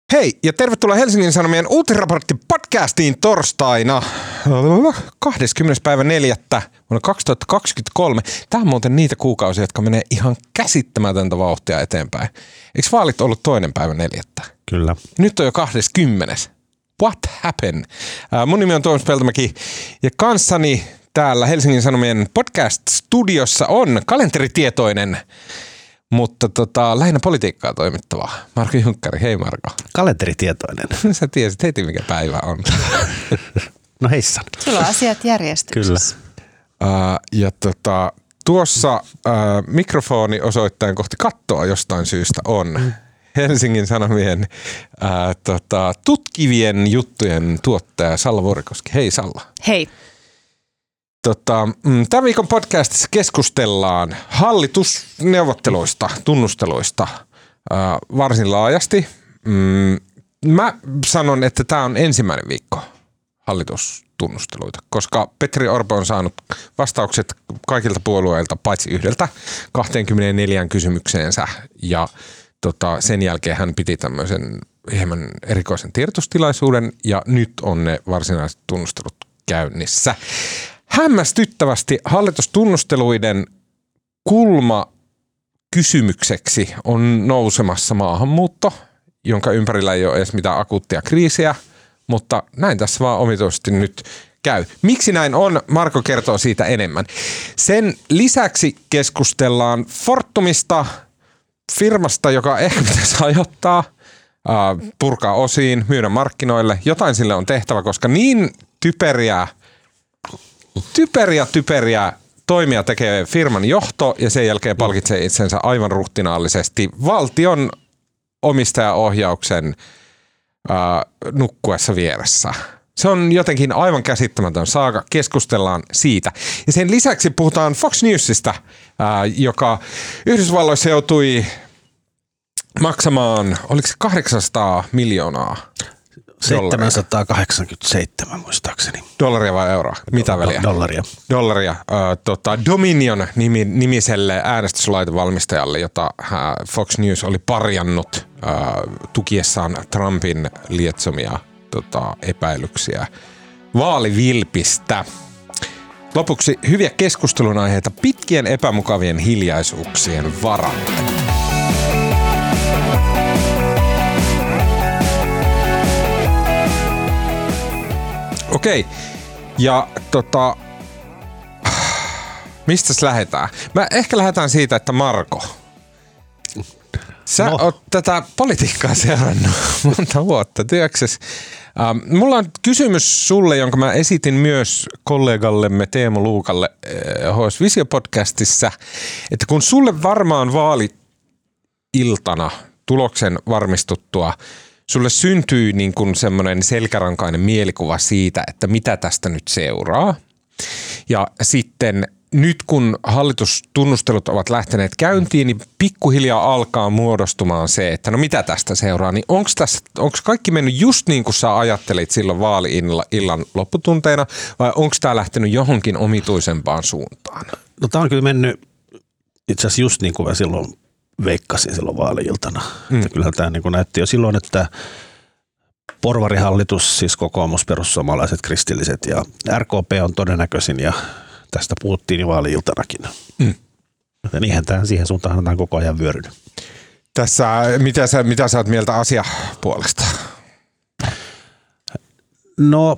Hei ja tervetuloa Helsingin Sanomien uutisraportti-podcastiin torstaina 20.4. vuonna 2023. Tämä on muuten niitä kuukausia, jotka menee ihan käsittämätöntä vauhtia eteenpäin. Eikö vaalit ollut 2.4.? Kyllä. Nyt on jo 20. What happened? Mun nimi on Tuomas Peltomäki ja kanssani täällä Helsingin Sanomien podcast-studiossa on kalenteritietoinen, mutta lähinnä politiikkaa toimittava Marko Junkkari. Hei Marko. Kalenteritietoinen. Sä tiesit heti mikä päivä on. No heissan. Sulla on asiat järjestyksessä. Kyllä. Ja tuossa mikrofoni osoittain kohti kattoa jostain syystä on Helsingin Sanomien tutkivien juttujen tuottaja Salla Vuorikoski. Hei Salla. Hei. Tämän viikon podcastissa keskustellaan hallitusneuvotteluista, tunnusteluista varsin laajasti. Mä sanon, että tämä on ensimmäinen viikko hallitustunnusteluita, koska Petteri Orpo on saanut vastaukset kaikilta puolueilta paitsi yhdeltä 24 kysymykseensä ja sen jälkeen hän piti tämmöisen hieman erikoisen tiedotustilaisuuden ja nyt on ne varsinaiset tunnustelut käynnissä. Hämmästyttävästi hallitustunnusteluiden kulma kysymykseksi on nousemassa maahanmuutto, jonka ympärillä ei ole edes mitään akuuttia kriisiä, mutta näin tässä vaan omituisesti nyt käy. Miksi näin on? Marko kertoo siitä enemmän. Sen lisäksi keskustellaan Fortumista, firmasta, joka ehkä pitäisi hajottaa, purkaa osiin, myydä markkinoille. Jotain sille on tehtävä, koska niin typeriä toimia tekee firman johto ja sen jälkeen palkitsee itsensä aivan ruhtinaallisesti valtion omistajaohjauksen nukkuessa vieressä. Se on jotenkin aivan käsittämätön saaga. Keskustellaan siitä. Ja sen lisäksi puhutaan Fox Newsista, joka Yhdysvalloissa joutui maksamaan, oliko se 800 miljoonaa? 787 muistaakseni. Dollaria vai euroa? Mitä väliä? Dollaria. Dominion-nimiselle äänestyslaitevalmistajalle, jota Fox News oli parjannut tukiessaan Trumpin lietsomia epäilyksiä vaalivilpistä. Lopuksi hyviä keskustelun aiheita pitkien epämukavien hiljaisuuksien varalle. Okei, ja mistäs lähdetään? Mä ehkä lähdetään siitä, että Marko, sä oot tätä politiikkaa seurannut monta vuotta työksessä. Mulla on kysymys sulle, jonka mä esitin myös kollegallemme Teemu Luukalle HS Visio-podcastissa, että kun sulle varmaan vaali-iltana tuloksen varmistuttua sulle syntyy niin kuin semmoinen selkärankainen mielikuva siitä, että mitä tästä nyt seuraa. Ja sitten nyt kun hallitustunnustelut ovat lähteneet käyntiin, niin pikkuhiljaa alkaa muodostumaan se, että no mitä tästä seuraa. Niin onko kaikki mennyt just niin kuin sä ajattelit silloin vaali-illan lopputunteina vai onko tämä lähtenyt johonkin omituisempaan suuntaan? No tämä on kyllä mennyt itse asiassa just niin kuin mä silloin veikkasin silloin vaali-iltana. Kyllähän tämä niin kuin näytti jo silloin, että porvarihallitus, siis kokoomus, perussuomalaiset, kristilliset ja RKP on todennäköisin ja tästä puhuttiin jo vaali-iltanakin. Ja niinhän tämä siihen suuntaan on koko ajan vyörynyt. Tässä, mitä sä oot mieltä asiapuolesta? No,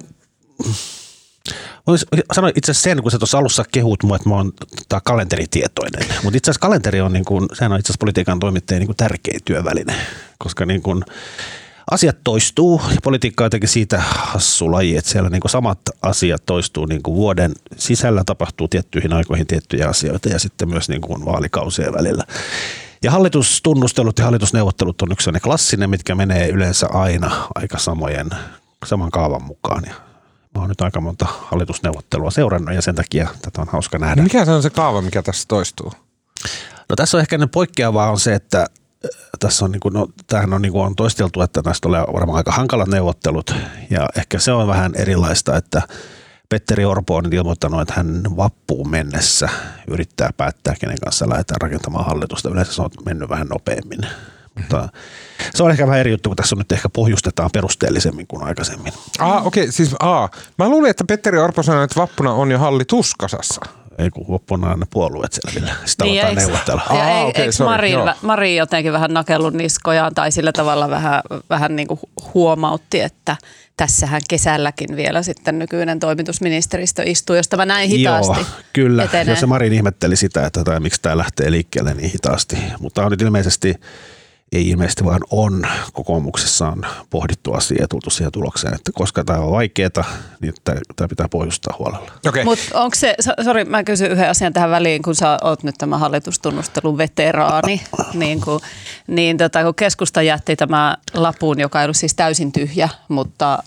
sanoin itse asiassa sen, kun sä tuossa alussa kehut mua, että mä oon kalenteritietoinen. Mutta itse asiassa kalenteri on, sehän on itse asiassa politiikan toimittajien tärkeä työväline, koska asiat toistuu ja politiikka on jotenkin siitä hassu laji, että siellä samat asiat toistuu vuoden sisällä, tapahtuu tiettyihin aikoihin tiettyjä asioita ja sitten myös vaalikausien välillä. Ja hallitustunnustelut ja hallitusneuvottelut on yksi sellainen klassinen, mitkä menee yleensä aina aika saman kaavan mukaan. Ja mä oon nyt aika monta hallitusneuvottelua seurannut ja sen takia tätä on hauska nähdä. Mikä se on se kaava, mikä tässä toistuu? No tässä on ehkä poikkeavaa on se, että tässä on, tämähän on toisteltu, että näistä tulee varmaan aika hankalat neuvottelut ja ehkä se on vähän erilaista, että Petteri Orpo on nyt ilmoittanut, että hän vappuun mennessä yrittää päättää, kenen kanssa lähdetään rakentamaan hallitusta. Yleensä se on mennyt vähän nopeammin. Mutta se on ehkä vähän eri juttu, kun tässä on nyt ehkä pohjustetaan perusteellisemmin kuin aikaisemmin. Okei. Siis mä luulin, että Petteri Orpo sanoi, että vappuna on jo hallitus kasassa. Ei kun vappuna on ne puolueet selvillä. Sitä aletaan neuvotella. Eikö Mari jotenkin vähän nakellut niskojaan tai sillä tavalla vähän niin kuin huomautti, että tässähän kesälläkin vielä sitten nykyinen toimitusministeristö istuu, josta mä näin hitaasti. Joo, kyllä. Etenee. Ja se Marin ihmetteli sitä, että miksi tämä lähtee liikkeelle niin hitaasti. Mutta on nyt ei ilmeisesti vaan on kokoomuksessa on pohdittu asiaa ja tultu siihen tulokseen, että koska tämä on vaikeaa, niin tämä pitää pohjustaa huolella. Okay. Mutta onko se, mä kysyn yhden asian tähän väliin, kun sä oot nyt tämä hallitustunnustelun veteraani, kun keskusta jätti tämä lapun, joka ei ollut siis täysin tyhjä, mutta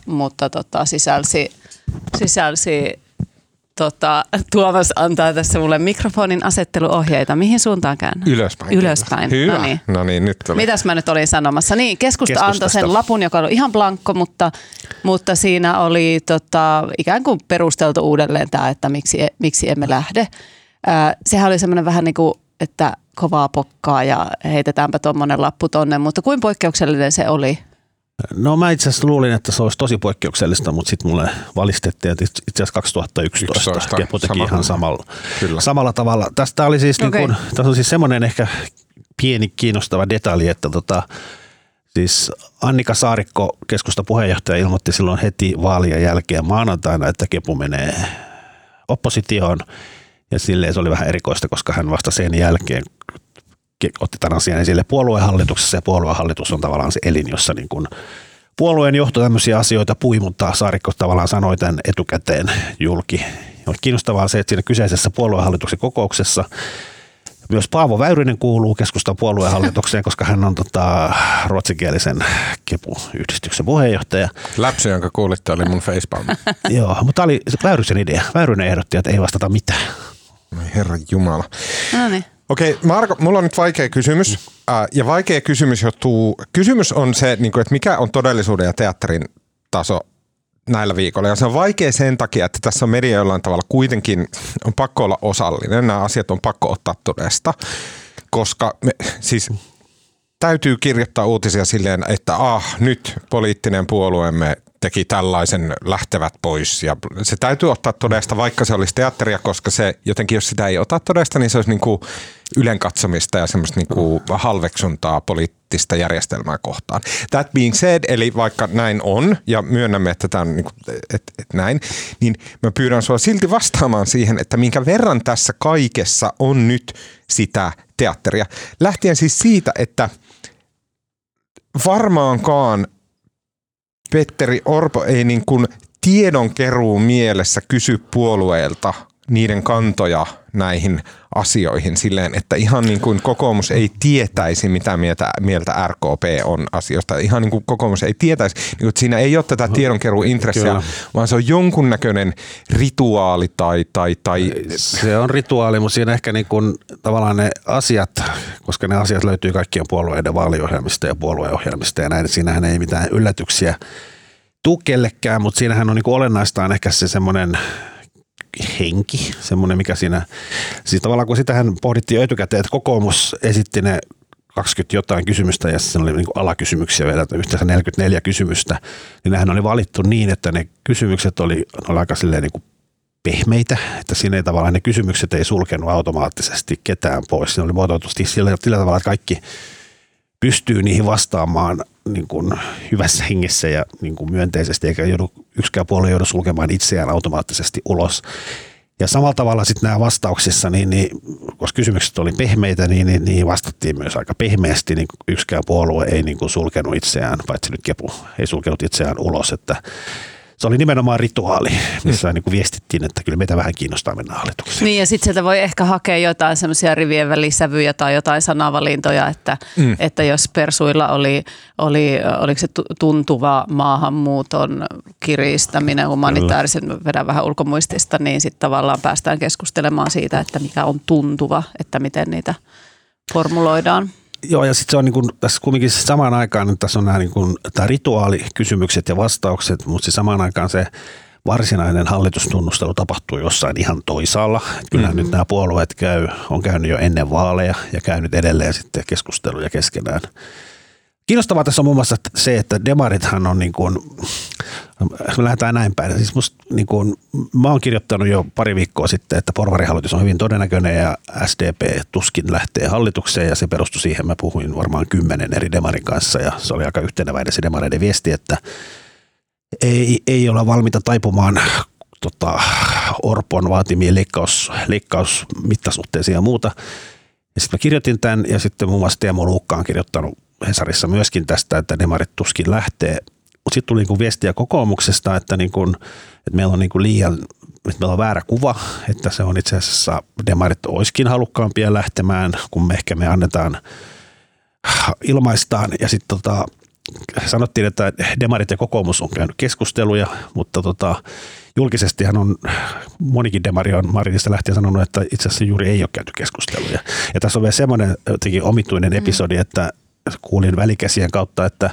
sisälsi Tuomas antaa tässä mulle mikrofonin asetteluohjeita. Mihin suuntaan käännän? Ylöspäin. Hyvä. No niin, nyt oli. Mitäs mä nyt olin sanomassa? Niin, keskusta antoi sen lapun, joka oli ihan blankko, mutta siinä oli ikään kuin perusteltu uudelleen tämä, että miksi emme lähde. Sehän oli semmoinen vähän niin kuin, että kovaa pokkaa ja heitetäänpä tuommoinen lappu tonne, mutta kuin poikkeuksellinen se oli? No mä itse asiassa luulin, että se olisi tosi poikkeuksellista, mutta sitten mulle valistettiin, että itse asiassa 2011 Kepu teki ihan samalla tavalla. Tästä oli siis, tässä on siis semmoinen ehkä pieni kiinnostava detalji, että siis Annika Saarikko, keskustan puheenjohtaja, ilmoitti silloin heti vaalien jälkeen maanantaina, että Kepu menee oppositioon ja silleen se oli vähän erikoista, koska hän vasta sen jälkeen otti tämän asian esille puoluehallituksessa ja puoluehallitus on tavallaan se elin, jossa niin kuin puolueen johto tämmöisiä asioita pui, mutta Saarikko tavallaan sanoi tämän etukäteen julki. On kiinnostavaa se, että siinä kyseisessä puoluehallituksen kokouksessa myös Paavo Väyrynen kuuluu keskustan puoluehallitukseen, koska hän on ruotsinkielisen Kepu-yhdistyksen puheenjohtaja. Läpsy, jonka kuulitte, oli mun facepalm. Joo, mutta tämä oli Väyrysen idea. Väyrynen ehdotti, että ei vastata mitään. Herran jumala. No niin. Okei, Marko, mulla on nyt vaikea kysymys. Ja vaikea kysymys on se, että mikä on todellisuuden ja teatterin taso näillä viikolla. Ja se on vaikea sen takia, että tässä on media jollain tavalla kuitenkin on pakko olla osallinen. Nämä asiat on pakko ottaa todesta, koska siis täytyy kirjoittaa uutisia silleen, että nyt poliittinen puolueemme teki tällaisen lähtevät pois. Ja se täytyy ottaa todesta, vaikka se olisi teatteria, koska se jotenkin, jos sitä ei ota todesta, niin se olisi niin kuin ylenkatsomista ja semmoista niin kuin halveksuntaa poliittista järjestelmää kohtaan. That being said, eli vaikka näin on, ja myönnämme, että tämä on niin kuin, että näin, niin mä pyydän sua silti vastaamaan siihen, että minkä verran tässä kaikessa on nyt sitä teatteria. Lähtien siis siitä, että varmaankaan Petteri Orpo ei niin kuin tiedonkeruun mielessä kysy puolueelta niiden kantoja näihin asioihin silleen, että ihan niin kuin kokoomus ei tietäisi, mitä mieltä RKP on asioista. Ihan niin kuin kokoomus ei tietäisi, niin kuin, että siinä ei ole tätä tiedonkeruun intressiä, vaan se on jonkunnäköinen rituaali tai... Se on rituaali, mutta siinä ehkä niin kuin tavallaan ne asiat, koska ne asiat löytyy kaikkien puolueiden vaaliohjelmista ja puolueohjelmista ja näin, siinähän ei mitään yllätyksiä tule kellekään, mutta siinähän on niin kuin olennaista on ehkä se semmoinen henki, semmoinen mikä siinä, siis tavallaan kun sitähän pohdittiin jo etukäteen, että kokoomus esitti ne 20 jotain kysymystä ja siinä oli niin kuin alakysymyksiä vielä, yhteensä 44 kysymystä, niin nehän oli valittu niin, että ne kysymykset oli aika silleen niin kuin pehmeitä, että siinä ei tavallaan ne kysymykset ei sulkenut automaattisesti ketään pois. Siinä oli muotoiltusti sillä tavalla, että kaikki pystyy niihin vastaamaan niin kuin hyvässä hengessä ja niin kuin myönteisesti, eikä yksikään puolue joudu sulkemaan itseään automaattisesti ulos. Ja samalla tavalla sitten nämä vastauksissa, niin, koska kysymykset oli pehmeitä, niin vastattiin myös aika pehmeästi. Niin yksikään puolue ei niin kuin sulkenut itseään, paitsi nyt Kepu ei sulkenut itseään ulos, että se oli nimenomaan rituaali, missä niin kuin viestittiin, että kyllä meitä vähän kiinnostaa mennä hallitukseen. Niin ja sitten sieltä voi ehkä hakea jotain semmoisia rivien välisävyjä tai jotain sanavalintoja, että jos persuilla oliko se tuntuva maahanmuuton kiristäminen, humanitaarisen vedän vähän ulkomuistista, niin sitten tavallaan päästään keskustelemaan siitä, että mikä on tuntuva, että miten niitä formuloidaan. Joo, ja sitten se on niin kuin, tässä kumminkin samaan aikaan, niin tässä on nämä niin kuin, tämä rituaalikysymykset ja vastaukset, mutta siis samaan aikaan se varsinainen hallitustunnustelu tapahtuu jossain ihan toisaalla. Kyllähän nyt nämä puolueet on käynyt jo ennen vaaleja ja käynyt edelleen sitten keskusteluja keskenään. Kiinnostavaa tässä on muun muassa se, että demarithan on niin kuin, me lähdetään näin päin. Siis musta, niin kuin, mä oon kirjoittanut jo pari viikkoa sitten, että porvarihallitus on hyvin todennäköinen ja SDP tuskin lähtee hallitukseen ja se perustui siihen. Mä puhuin varmaan 10 eri demarin kanssa ja se oli aika yhteneväinen se demareiden viesti, että ei olla valmiita taipumaan Orpon vaatimia leikkausmittasuhteisiin ja muuta. Ja sitten mä kirjoitin tämän ja sitten muun muassa Teemu Luukka on kirjoittanut Hesarissa myöskin tästä, että demarit tuskin lähtee. Mutta sitten tuli niinku viestiä kokoomuksesta, että meillä on niinku että meillä on väärä kuva, että se on itse asiassa demarit olisikin halukkaampia lähtemään, kun me annetaan ilmaistaan. Ja sitten sanottiin, että demarit ja kokoomus on käynyt keskusteluja, mutta julkisestihan on monikin demari on Marinista lähtien sanonut, että itse asiassa juuri ei ole käyty keskusteluja. Ja tässä on vielä semmoinen jotenkin omituinen episodi, että kuulin välikäsien kautta, että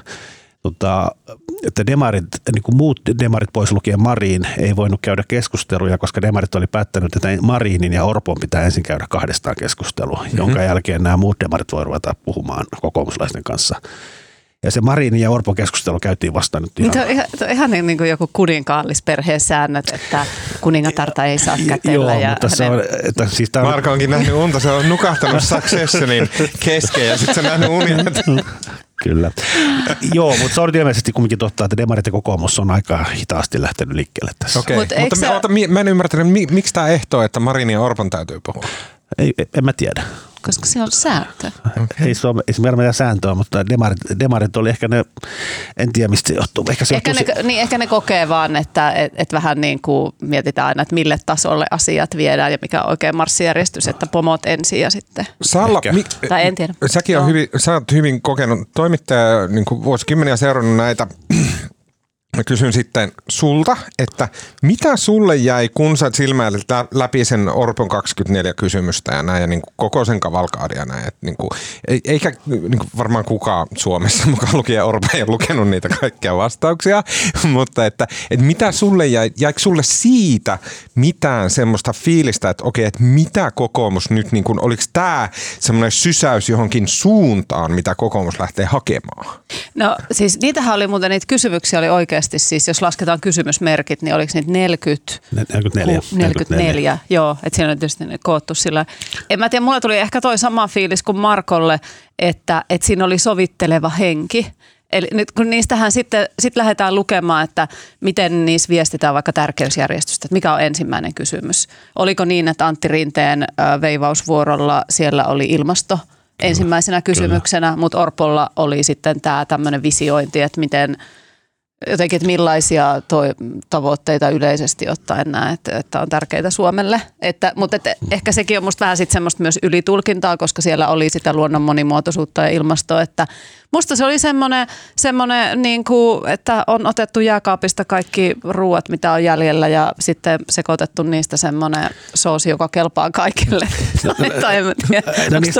demarit, niin kuin muut demarit pois lukien Marin, ei voinut käydä keskusteluja, koska demarit oli päättänyt, että Marinin ja Orpon pitää ensin käydä kahdestaan keskustelua, jonka jälkeen nämä muut demarit voi ruveta puhumaan kokoomuslaisten kanssa. Ja se Marinin ja Orpon keskustelu käytiin vasta nyt ihan. Tuo on ihan niin kuin joku kuninkaallisperheen säännöt, että kuningatarta ei saa kätellä. Joo, mutta se on, että siis tämä Marko onkin nähnyt unta, se on nukahtanut Successionin kesken ja sitten se on nähnyt unia. Kyllä. Joo, mutta se on ilmeisesti kumminkin totta, että demarit ja kokoomus on aika hitaasti lähtenyt liikkeelle tässä. Okei, mutta mä en ymmärtänyt, miksi tämä ehtoo, että Marinin ja Orpon täytyy puhua? En mä tiedä. Koska se on sääntö. Okay. Ei se ole mitään sääntöä, mutta demarit oli ehkä ne, en tiedä mistä se johtuu. Ehkä ne kokee vaan, että vähän niin kuin mietitään aina, että mille tasolle asiat viedään ja mikä on oikein marssijärjestys, että pomot ensin ja sitten. Salla, tai en tiedä. Sä oot hyvin kokenut toimittaja, niin kuin vuosikymmeniä seurannut näitä. Mä kysyn sitten sulta, että mitä sulle jäi, kun sä silmäilit läpi sen Orpon 24 kysymystä ja näin, ja niin kuin koko sen kavalkaadia näin. Että niin kuin, eikä niin kuin varmaan kukaan Suomessa mukaan lukija Orpo ei ole lukenut niitä kaikkia vastauksia, mutta että mitä sulle jäikö sulle siitä mitään semmoista fiilistä, että okei, että mitä kokoomus nyt, niin kuin, oliko tämä semmoinen sysäys johonkin suuntaan, mitä kokoomus lähtee hakemaan? No siis niitähän oli muuten, niitä kysymyksiä oli oikeasti. Siis jos lasketaan kysymysmerkit, niin oliko niitä 44? Joo, että siinä on tietysti koottu sillä. En mä tiedä, mulle tuli ehkä toi sama fiilis kuin Markolle, että siinä oli sovitteleva henki. Eli nyt kun niistähän sitten lähdetään lukemaan, että miten niissä viestitään vaikka tärkeysjärjestystä, että mikä on ensimmäinen kysymys. Oliko niin, että Antti Rinteen veivausvuorolla siellä oli ilmasto ensimmäisenä kysymyksenä, mutta Orpolla oli sitten tämä tämmöinen visiointi, että miten jotenkin, että millaisia tavoitteita yleisesti ottaen näet, että on tärkeitä Suomelle. Mutta ehkä sekin on musta vähän sitten semmoista myös ylitulkintaa, koska siellä oli sitä luonnon monimuotoisuutta ja ilmastoa. Että musta se oli semmoinen niin kuin, että on otettu jääkaapista kaikki ruuat, mitä on jäljellä ja sitten sekoitettu niistä semmoinen soosi, joka kelpaa kaikille. Tai en tiedä,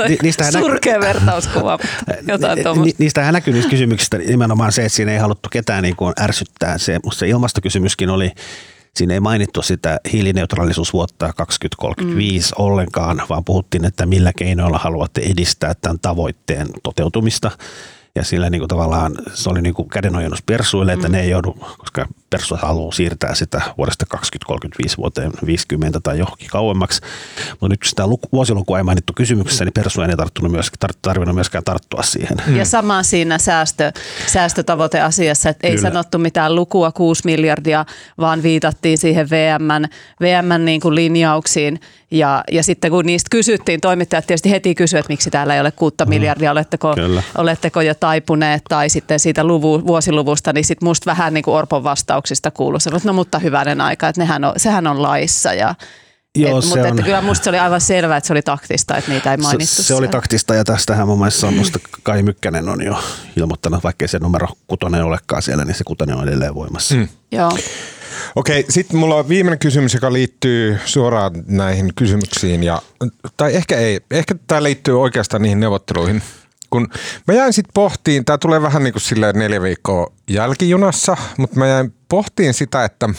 surkea vertauskuva, mutta jotain tuommoista. Niistähän näkyy niistä kysymyksistä nimenomaan se, että siinä ei haluttu ketään niin kuin ärsyttää. Musta se ilmastokysymyskin oli, siinä ei mainittu sitä hiilineutraalisuusvuotta 2035 ollenkaan, vaan puhuttiin, että millä keinoilla haluatte edistää tämän tavoitteen toteutumista. Ja sillä niin kuin tavallaan se oli niin kuin kädenojennus persuille, että ne ei joudu, koska persu haluaa siirtää sitä vuodesta 2035 vuoteen 50 tai johonkin kauemmaksi. Mutta nyt kun sitä vuosilukua ei mainittu kysymyksessä, niin persu ei tarvinnut myöskään tarttua siihen. Ja sama siinä säästötavoiteasiassa, että ei sanottu mitään lukua 6 miljardia, vaan viitattiin siihen VM:n niin kuin linjauksiin. Ja sitten kun niistä kysyttiin, toimittajat tietysti heti kysyivät, että miksi täällä ei ole 6 miljardia, oletteko jo taipuneet tai sitten siitä vuosiluvusta, niin sitten musta vähän niin kuin Orpon vastauksista kuului, että no mutta hyvänen aika, että sehän on laissa mutta että kyllä musta se oli aivan selvää, että se oli taktista, että niitä ei mainittu. Se oli taktista ja tästähän mun mielestä musta Kai Mykkänen on jo ilmoittanut, vaikkei se numero 6 olekaan siellä, niin se 6 on edelleen voimassa. Joo. Okei, sitten mulla on viimeinen kysymys, joka liittyy suoraan näihin kysymyksiin, tai ehkä ei, ehkä tämä liittyy oikeastaan niihin neuvotteluihin. Kun mä jäin sitten pohtiin, tämä tulee vähän niin kuin silleen 4 viikkoa jälkijunassa, mutta mä jäin pohtiin sitä, että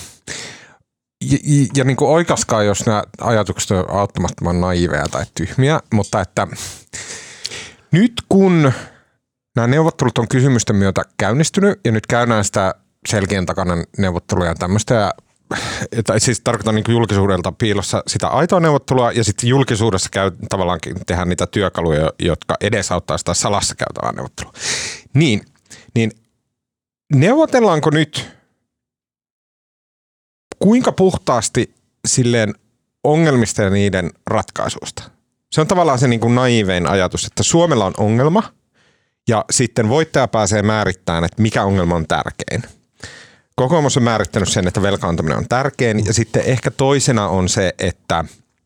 ja niin kuin oikaiskaa, jos nämä ajatukset on auttamattoman naiveja tai tyhmiä, mutta että nyt kun Nämä neuvottelut on kysymysten myötä käynnistynyt ja nyt käydään sitä selkien takana neuvotteluja ja tämmöistä. Siis tarkoitan niin julkisuudelta piilossa sitä aitoa neuvottelua ja sitten julkisuudessa tavallaan tehdään niitä työkaluja, jotka edesauttaa sitä salassa käytävää neuvottelua. Niin neuvotellaanko nyt kuinka puhtaasti silleen ongelmista ja niiden ratkaisuista? Se on tavallaan se niin kuin naiivein ajatus, että Suomella on ongelma ja sitten voittaja pääsee määrittämään, että mikä ongelma on tärkein. Kokoomus on määrittänyt sen, että velkaantuminen on tärkein ja sitten ehkä toisena on se, että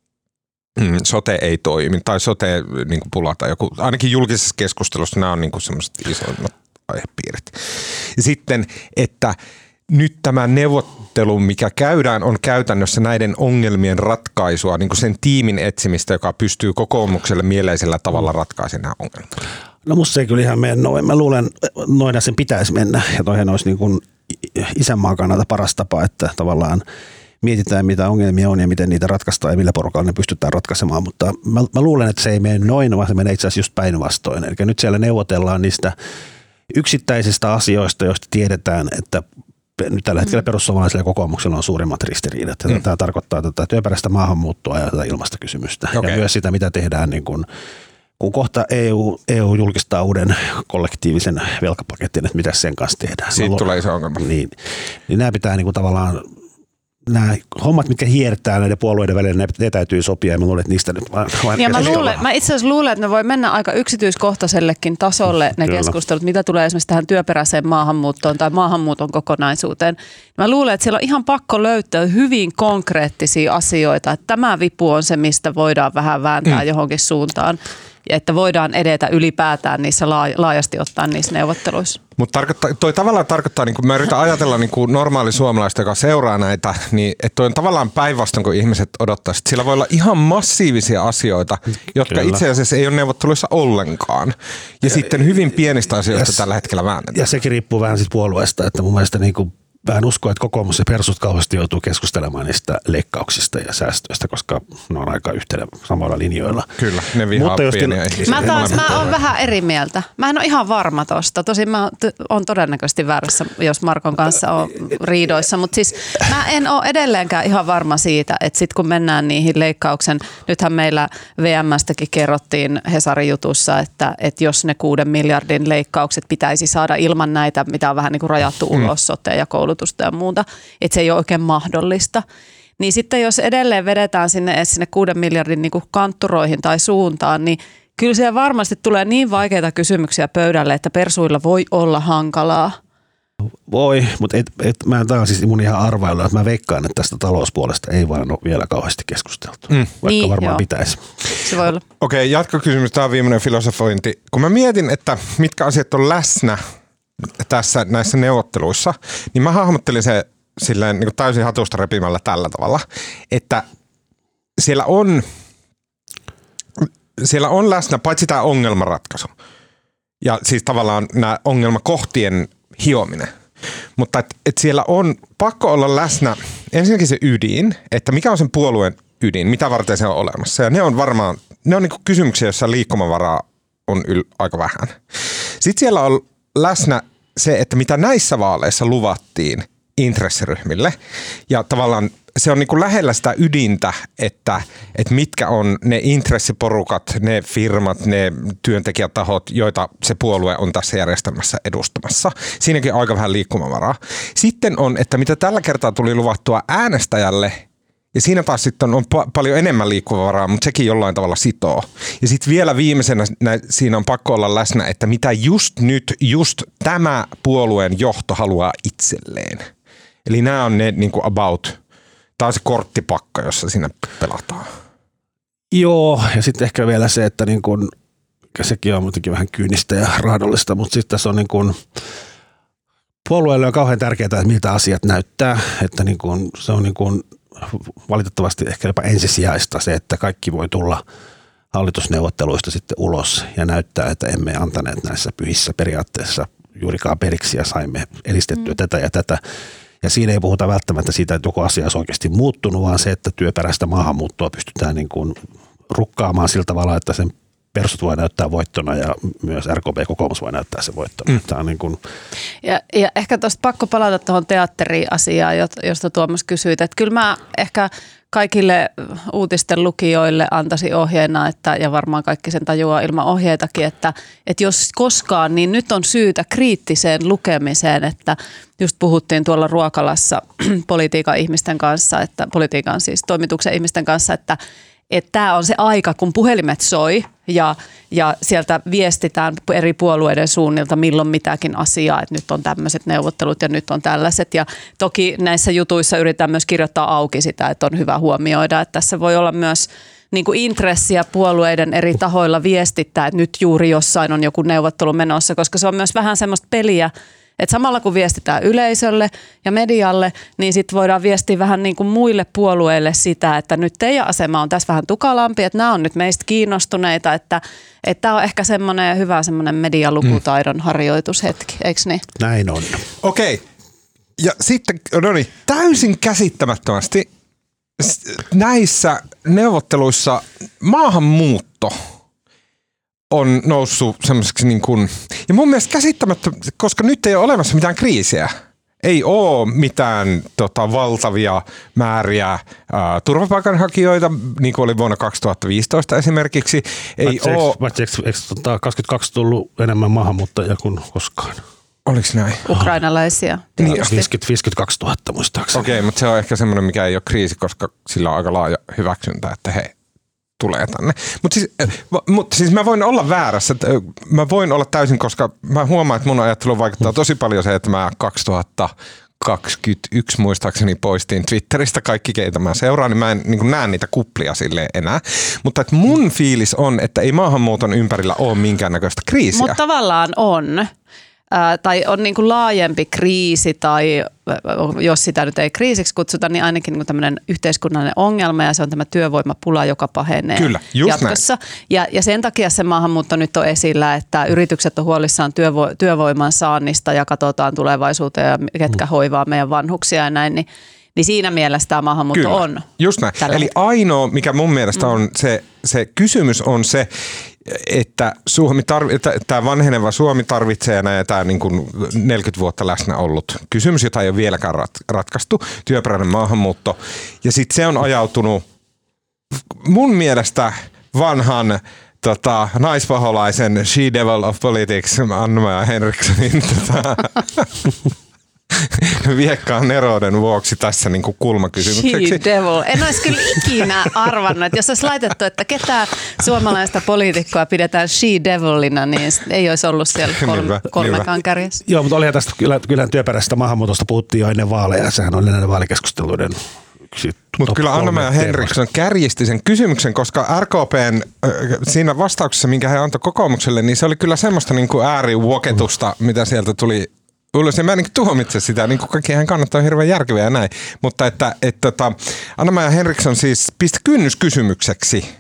sote ei toimi tai sote niin kuin pula tai joku, ainakin julkisessa keskustelussa nämä on niin kuin semmoiset isoimmat aihepiirit. Ja sitten, että nyt tämä neuvottelu, mikä käydään, on käytännössä näiden ongelmien ratkaisua, niin kuin sen tiimin etsimistä, joka pystyy kokoomukselle mieleisellä tavalla ratkaisemaan nämä ongelmat. No musta se ei kyllä ihan mene noin. Mä luulen, noina sen pitäisi mennä ja toihan olisi niin kuin isänmaan kannalta paras tapa, että tavallaan mietitään mitä ongelmia on ja miten niitä ratkaistaan ja millä porukalla ne pystytään ratkaisemaan, mutta mä luulen, että se ei mene noin, vaan se menee itse asiassa just päinvastoin. Eli nyt siellä neuvotellaan niistä yksittäisistä asioista, joista tiedetään, että nyt tällä hetkellä perussuomalaisilla ja kokoomuksella on suurimmat ristiriidat. Tämä tarkoittaa tätä työperäistä maahanmuuttoa ja tätä ilmastokysymystä. Okay. Ja myös sitä, mitä tehdään, niin kun kohta EU julkistaa uuden kollektiivisen velkapaketin, että mitä sen kanssa tehdään. Siitä tulee iso ongelma. Niin nämä pitää niin kuin tavallaan, nämä hommat, mitkä hiertää näiden puolueiden välillä, ne täytyy sopia ja mä luulen, että niistä nyt mä itse asiassa luulen, että ne voi mennä aika yksityiskohtaisellekin tasolle ne keskustelut, mitä tulee esimerkiksi tähän työperäiseen maahanmuuttoon tai maahanmuuton kokonaisuuteen. Mä luulen, että siellä on ihan pakko löytää hyvin konkreettisia asioita, että tämä vipu on se, mistä voidaan vähän vääntää johonkin suuntaan. Ja että voidaan edetä ylipäätään niissä laajasti ottaen niissä neuvotteluissa. Mutta toi tavallaan tarkoittaa, niin kun mä yritän ajatella niin kuin normaali suomalaista, joka seuraa näitä, niin että toi on tavallaan päinvastoin, kun ihmiset odottaisivat. Sillä voi olla ihan massiivisia asioita, jotka itse asiassa ei ole neuvotteluissa ollenkaan. Ja sitten hyvin pienistä asioista tällä hetkellä väännetään. Ja sekin riippuu vähän siitä puolueesta, että mun mielestä niin kuin vähän uskon, että kokoomus ja persut kauheasti joutuu keskustelemaan niistä leikkauksista ja säästöistä, koska ne on aika yhtenä samoilla linjoilla. Kyllä, ne vihaa pieniä ihmisiä. Mä oon vähän eri mieltä. Mä en ole ihan varma tosta. Tosin mä oon todennäköisesti väärässä, jos Markon kanssa on riidoissa. Mutta siis mä en ole edelleenkään ihan varma siitä, että sit kun mennään niihin leikkauksen, nythän meillä VM:stäkin kerrottiin Hesarin jutussa, että jos ne 6 miljardin leikkaukset pitäisi saada ilman näitä, mitä on vähän niin kuin rajattu ulos sote ja koulutusta ja muuta, että se ei ole oikein mahdollista. Niin sitten jos edelleen vedetään sinne 6 miljardin niin kuin kantturoihin tai suuntaan, niin kyllä siellä varmasti tulee niin vaikeita kysymyksiä pöydälle, että persuilla voi olla hankalaa. Voi, mutta tämä on siis mun ihan arvailla, että mä veikkaan, että tästä talouspuolesta ei vaan ole vielä kauheasti keskusteltu, vaikka niin, varmaan pitäisi. Se voi olla. Okei, jatkokysymys, tämä on viimeinen filosofointi. Kun mä mietin, että mitkä asiat on läsnä näissä neuvotteluissa, niin mä hahmottelin se silleen niin kuin täysin hatusta repimällä tällä tavalla, että siellä on läsnä paitsi tämä ongelmanratkaisu ja siis tavallaan nämä ongelmakohtien hiominen, mutta et siellä on pakko olla läsnä ensinnäkin se ydin, että mikä on sen puolueen ydin, mitä varten se on olemassa ja ne on niin kuin kysymyksiä, joissa liikkumavaraa on aika vähän. Sitten siellä on läsnä se, että mitä näissä vaaleissa luvattiin intressiryhmille ja tavallaan se on niin kuin lähellä sitä ydintä, että mitkä on ne intressiporukat, ne firmat, ne työntekijätahot, joita se puolue on tässä järjestelmässä edustamassa. Siinäkin on aika vähän liikkumavaraa. Sitten on, että mitä tällä kertaa tuli luvattua äänestäjälle, ja siinä taas sitten on paljon enemmän liikkuvavaraa, mutta sekin jollain tavalla sitoo. Ja sitten vielä viimeisenä siinä on pakko olla läsnä, että mitä just tämä puolueen johto haluaa itselleen. Eli nämä on ne niin kuin about, tämä on se korttipakka, jossa siinä pelataan. Joo, ja sitten ehkä vielä se, että niin kun, sekin on muutenkin vähän kyynistä ja raadollista, mutta sitten tässä on niin kun, puolueelle on kauhean tärkeää, että miltä asiat näyttää, että niin kun, se on niin kun, valitettavasti ehkä jopa ensisijaista se, että kaikki voi tulla hallitusneuvotteluista sitten ulos ja näyttää, että emme antaneet näissä pyhissä periaatteessa juurikaan periksi ja saimme edistettyä tätä ja tätä. Ja siinä ei puhuta välttämättä siitä, että joku asia olisi oikeasti muuttunut, vaan se, että työperäistä maahanmuuttoa pystytään niin kuin rukkaamaan sillä tavalla, että sen persut voi näyttää voittona ja myös RKP-kokoomus voi näyttää se voittona. Tämä on niin kuin... ja ehkä tuosta pakko palata tuohon teatteriasiaan, josta Tuomas kysyit. Että kyllä mä ehkä kaikille uutisten lukijoille antaisin ohjeena, ja varmaan kaikki sen tajuaa ilman ohjeitakin, että jos koskaan, niin nyt on syytä kriittiseen lukemiseen, että just puhuttiin tuolla ruokalassa politiikan ihmisten kanssa, politiikan siis toimituksen ihmisten kanssa, että tämä on se aika, kun puhelimet soi ja sieltä viestitään eri puolueiden suunnilta milloin mitäkin asiaa, että nyt on tämmöiset neuvottelut ja nyt on tällaiset. Ja toki näissä jutuissa yritetään myös kirjoittaa auki sitä, että on hyvä huomioida, että tässä voi olla myös niin kuin intressiä puolueiden eri tahoilla viestittää, että nyt juuri jossain on joku neuvottelu menossa, koska se on myös vähän semmoista peliä, että samalla kun viestitään yleisölle ja medialle, niin sitten voidaan viestiä vähän niin kuin muille puolueille sitä, että nyt teidän asema on tässä vähän tukalampi, että nämä on nyt meistä kiinnostuneita, että tämä on ehkä semmoinen hyvä semmoinen medialukutaidon harjoitushetki, eikö niin? Näin on. Okei. Ja sitten, no niin, täysin käsittämättömästi näissä neuvotteluissa maahanmuutto on noussut semmoiseksi niin kuin, ja mun mielestä käsittämättä, koska nyt ei ole olemassa mitään kriisiä. Ei ole mitään valtavia määriä turvapaikanhakijoita, niin kuin oli vuonna 2015 esimerkiksi. Ei ole. Eikö 22 tullut enemmän maahanmuuttajia kuin koskaan? Oliko näin? Ukrainalaisia. Niin, 52 000 muistaakseni. Okei, mutta se on ehkä semmoinen, mikä ei ole kriisi, koska sillä on aika laaja hyväksyntä, että he tulee tänne. Mutta siis mä voin olla väärässä. Mä voin olla täysin, koska mä huomaan, että mun ajatteluun vaikuttaa tosi paljon se, että mä 2021 muistaakseni poistin Twitteristä kaikki, keitä mä seuraan, niin mä en niin näe niitä kuplia silleen enää. Mutta että mun fiilis on, että ei maahanmuuton ympärillä ole minkäännäköistä kriisiä. Mutta tavallaan on. Tai on niin kuin laajempi kriisi tai jos sitä nyt ei kriisiksi kutsuta, niin ainakin niin tämmöinen yhteiskunnallinen ongelma ja se on tämä työvoimapula, joka pahenee Kyllä, jatkossa. Ja sen takia se maahanmuutto nyt on esillä, että yritykset on huolissaan työvoiman saannista ja katsotaan tulevaisuuteen ja ketkä hoivaa meidän vanhuksia ja näin, niin siinä mielessä tämä maahanmuutto Kyllä, on. Just näin. Eli ainoa, mikä mun mielestä on se kysymys on se, että tämä vanheneva Suomi tarvitsee tämä niin kuin 40 vuotta läsnä ollut kysymys, jota ei ole vieläkään ratkaistu, työperäinen maahanmuutto. Ja sitten se on ajautunut mun mielestä vanhan naispaholaisen She Devil of Politics, Anna-Maja Henrikssonin viekkaan erouden vuoksi tässä niin kuin kulmakysymykseksi. She devil. En olisi kyllä ikinä arvannut, että jos olisi laitettu, että ketä suomalaista poliitikkoa pidetään she devilina, niin ei olisi ollut siellä kolmekaan kärjessä. Joo, mutta olihan tästä kyllä työperäisestä maahanmuutosta puhuttiin jo ennen vaaleja. Sehän oli näiden vaalikeskusteluiden mutta kyllä Anna-Maja Henriksson kärjisti sen kysymyksen, koska RKPn siinä vastauksessa, minkä he antoi kokoomukselle, niin se oli kyllä semmoista niin kuin äärivuoketusta, mitä sieltä tuli ylös. Ja mä en tuomitse sitä, niin kuin kaikkihan kannattaa hirveän järkeviä ja näin. Mutta että Anna-Maja Henriksson siis pisti kynnyskysymykseksi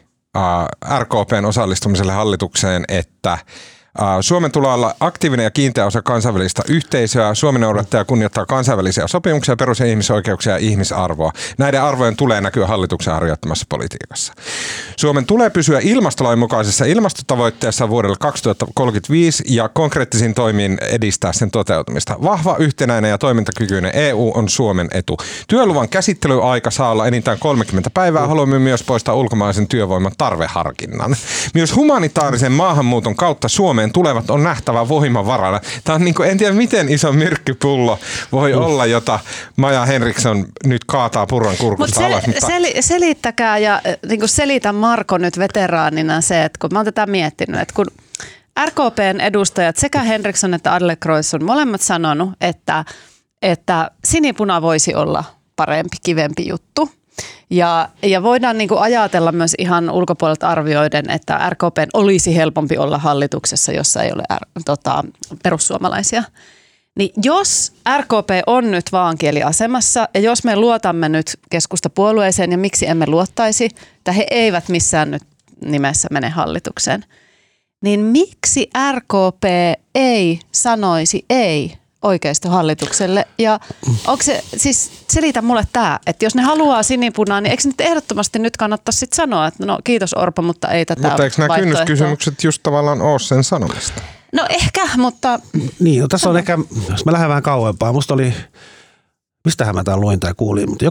RKPn osallistumiselle hallitukseen, että Suomen tulee olla aktiivinen ja kiinteä osa kansainvälistä yhteisöä. Suomi noudattaa ja kunnioittaa kansainvälisiä sopimuksia, perus- ja ihmisoikeuksia ja ihmisarvoa. Näiden arvojen tulee näkyä hallituksen harjoittamassa politiikassa. Suomen tulee pysyä ilmastolain mukaisessa ilmastotavoitteessa vuodelle 2035 ja konkreettisiin toimiin edistää sen toteutumista. Vahva, yhtenäinen ja toimintakykyinen EU on Suomen etu. Työluvan käsittelyaika saa olla enintään 30 päivää. Haluamme myös poistaa ulkomaisen työvoiman tarveharkinnan. Myös humanitaarisen maahanmuuton kautta Suomeen tulevat on nähtävä voimavarana. Tämä on niin kuin, en tiedä miten iso myrkkypullo voi olla, jota Maja Henriksson nyt kaataa purran kurkusta alas. Mutta selittäkää ja niin kuin selitä Marko nyt veteraanina se, että kun mä oon tätä miettinyt, että kun RKPn edustajat sekä Henriksson että Adlercreutz on molemmat sanonut, että sinipuna voisi olla parempi, kivempi juttu. Ja voidaan niin kuin ajatella myös ihan ulkopuolelta arvioiden, että RKPn olisi helpompi olla hallituksessa, jossa ei ole perussuomalaisia. Niin jos RKP on nyt vaankieliasemassa ja jos me luotamme nyt keskustapuolueeseen ja miksi emme luottaisi, että he eivät missään nyt nimessä mene hallitukseen, niin miksi RKP ei sanoisi ei oikeistohallitukselle. Ja onko se, siis selitä mulle tämä, että jos ne haluaa sinipunaa, niin eikö nyt ehdottomasti nyt kannattaa sitten sanoa, että no kiitos Orpo, mutta ei tätä Mutta eikö nämä kynnyskysymykset just tavallaan ole sen sanomista? No ehkä, mutta... Niin, no tässä on ehkä, jos mä lähden vähän kauempaa, musta oli, mistähän mä tämän luin tai kuulin, mutta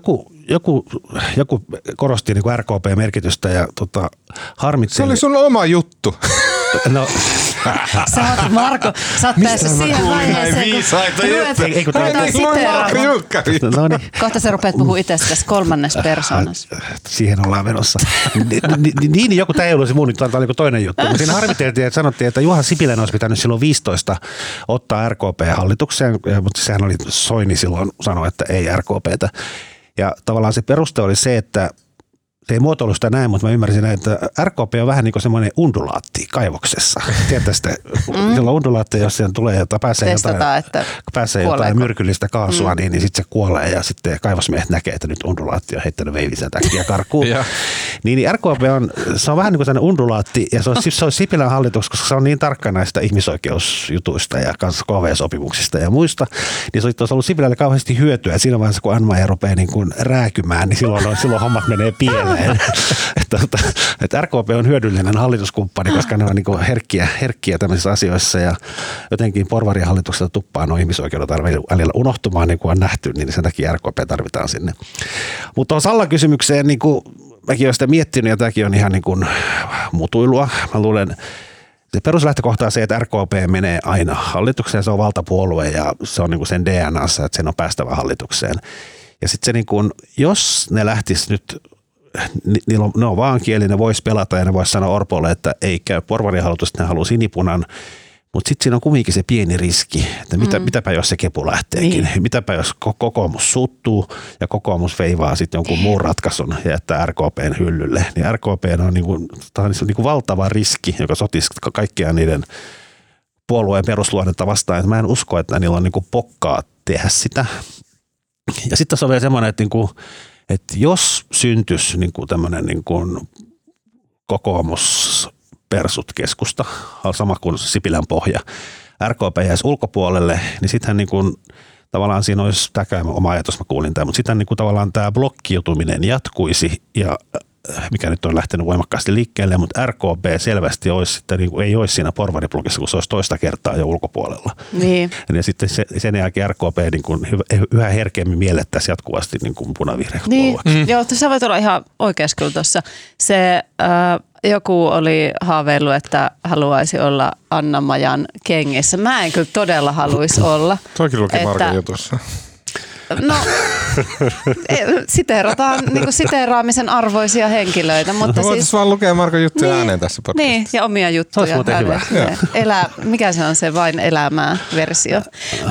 joku korosti niin kuin RKP-merkitystä ja harmittiin. Se oli sun oma juttu. No, Sä oot, Marko, sä oot päässyt siihen vaiheeseen, kun ruvetaan siteeraamaan. no niin. Kohta sä rupeat puhua itsestä tässä 3. persoonassa. Siihen ollaan menossa. Niin, joku tämä ei ollut se muu, tämä oli toinen juttu. Mutta siinä harmiteltiin, että sanottiin, että Juha Sipilän olisi pitänyt silloin 15 ottaa RKP-hallitukseen, mutta sehän oli Soini silloin sanoi, että ei RKPtä. Ja tavallaan se peruste oli se, että se ei muotoilu sitä näin, mutta mä ymmärsin, että RKP on vähän niin kuin semmoinen undulaatti kaivoksessa. Tiedätkö sitä? Silloin undulaatti, jos siihen tulee pääsee jotain myrkyllistä kaasua, niin sitten se kuolee ja sitten kaivosmiehet näkee, että nyt undulaatti on heittänyt veivisä äkkiä karkuun. niin RKP se on vähän niin kuin sellainen undulaatti ja se on Sipilän hallitus, koska se on niin tarkka näistä ihmisoikeusjutuista ja kanssa KV-sopimuksista ja muista, niin se olisi ollut Sipilälle kauheasti hyötyä. Siinä vaiheessa, kun Anma rupeaa niin kuin rääkymään, niin silloin hommat menee pieleen. Että RKP on hyödyllinen hallituskumppani, koska ne on niin kuin herkkiä tämmöisissä asioissa ja jotenkin porvarihallituksesta tuppaa nuo ihmisoikeudet välillä unohtumaan, niin kuin on nähty, niin sen takia RKP tarvitaan sinne. Mutta tuohon Sallan-kysymykseen, niin kuin mäkin olen sitä miettinyt ja tämäkin on ihan niin kuin mutuilua. Mä luulen, se peruslähtökohta on se, että RKP menee aina hallitukseen, se on valtapuolue ja se on niin kuin sen DNAssa, että sen on päästävä hallitukseen. Ja sitten se niin kuin, jos ne lähtis nyt ne on vaankieli, ne vois pelata ja ne vois sanoa Orpolle, että ei käy porvarihallitusta, ne haluaa sinipunan, mutta sitten siinä on kumminkin se pieni riski, että mitäpä jos se kepu lähteekin, mitäpä jos kokoomus suuttuu ja kokoomus veivaa sitten jonkun muun ratkaisun ja jättää RKPn hyllylle, niin RKP on niinku valtava riski, joka sotisi kaikkia niiden puolueen perusluonnetta vastaan, että mä en usko, että niillä on niinku pokkaa tehdä sitä. Ja sitten tässä on vielä semmoinen, että jos syntyisi niin kuin tämmöinen niin kuin kokoomus persut keskusta, sama kuin Sipilän pohja, RKP jäisi ulkopuolelle, niin sittenhän niin kuin, tavallaan siinä olisi, tämäkään oma ajatus mä kuulin tämän, mutta sitten niin kuin tavallaan tämä blokkiutuminen jatkuisi ja mikä nyt on lähtenyt voimakkaasti liikkeelle, mutta RKP selvästi olisi sitten, niin kuin ei olisi siinä porvariblogissa, kun se olisi toista kertaa jo ulkopuolella. Niin. Ja sitten sen jälkeen RKP niin kuin yhä herkemmin miellettäisiin jatkuvasti niin kuin punavihreäksi puolueeksi. Joo, sä voit olla ihan oikeassa kyllä tuossa. Se joku oli haaveillut, että haluaisi olla Anna-Majan kengissä. Mä en kyllä todella haluaisi olla. Toikin luki Markan jutussa. No, siteerataan niin siteeraamisen arvoisia henkilöitä. Mutta voitaisiin vaan lukea Markon juttuja ääneen tässä podcastissa. Niin, ja omia juttuja. Mikä se on se vain elämää versio.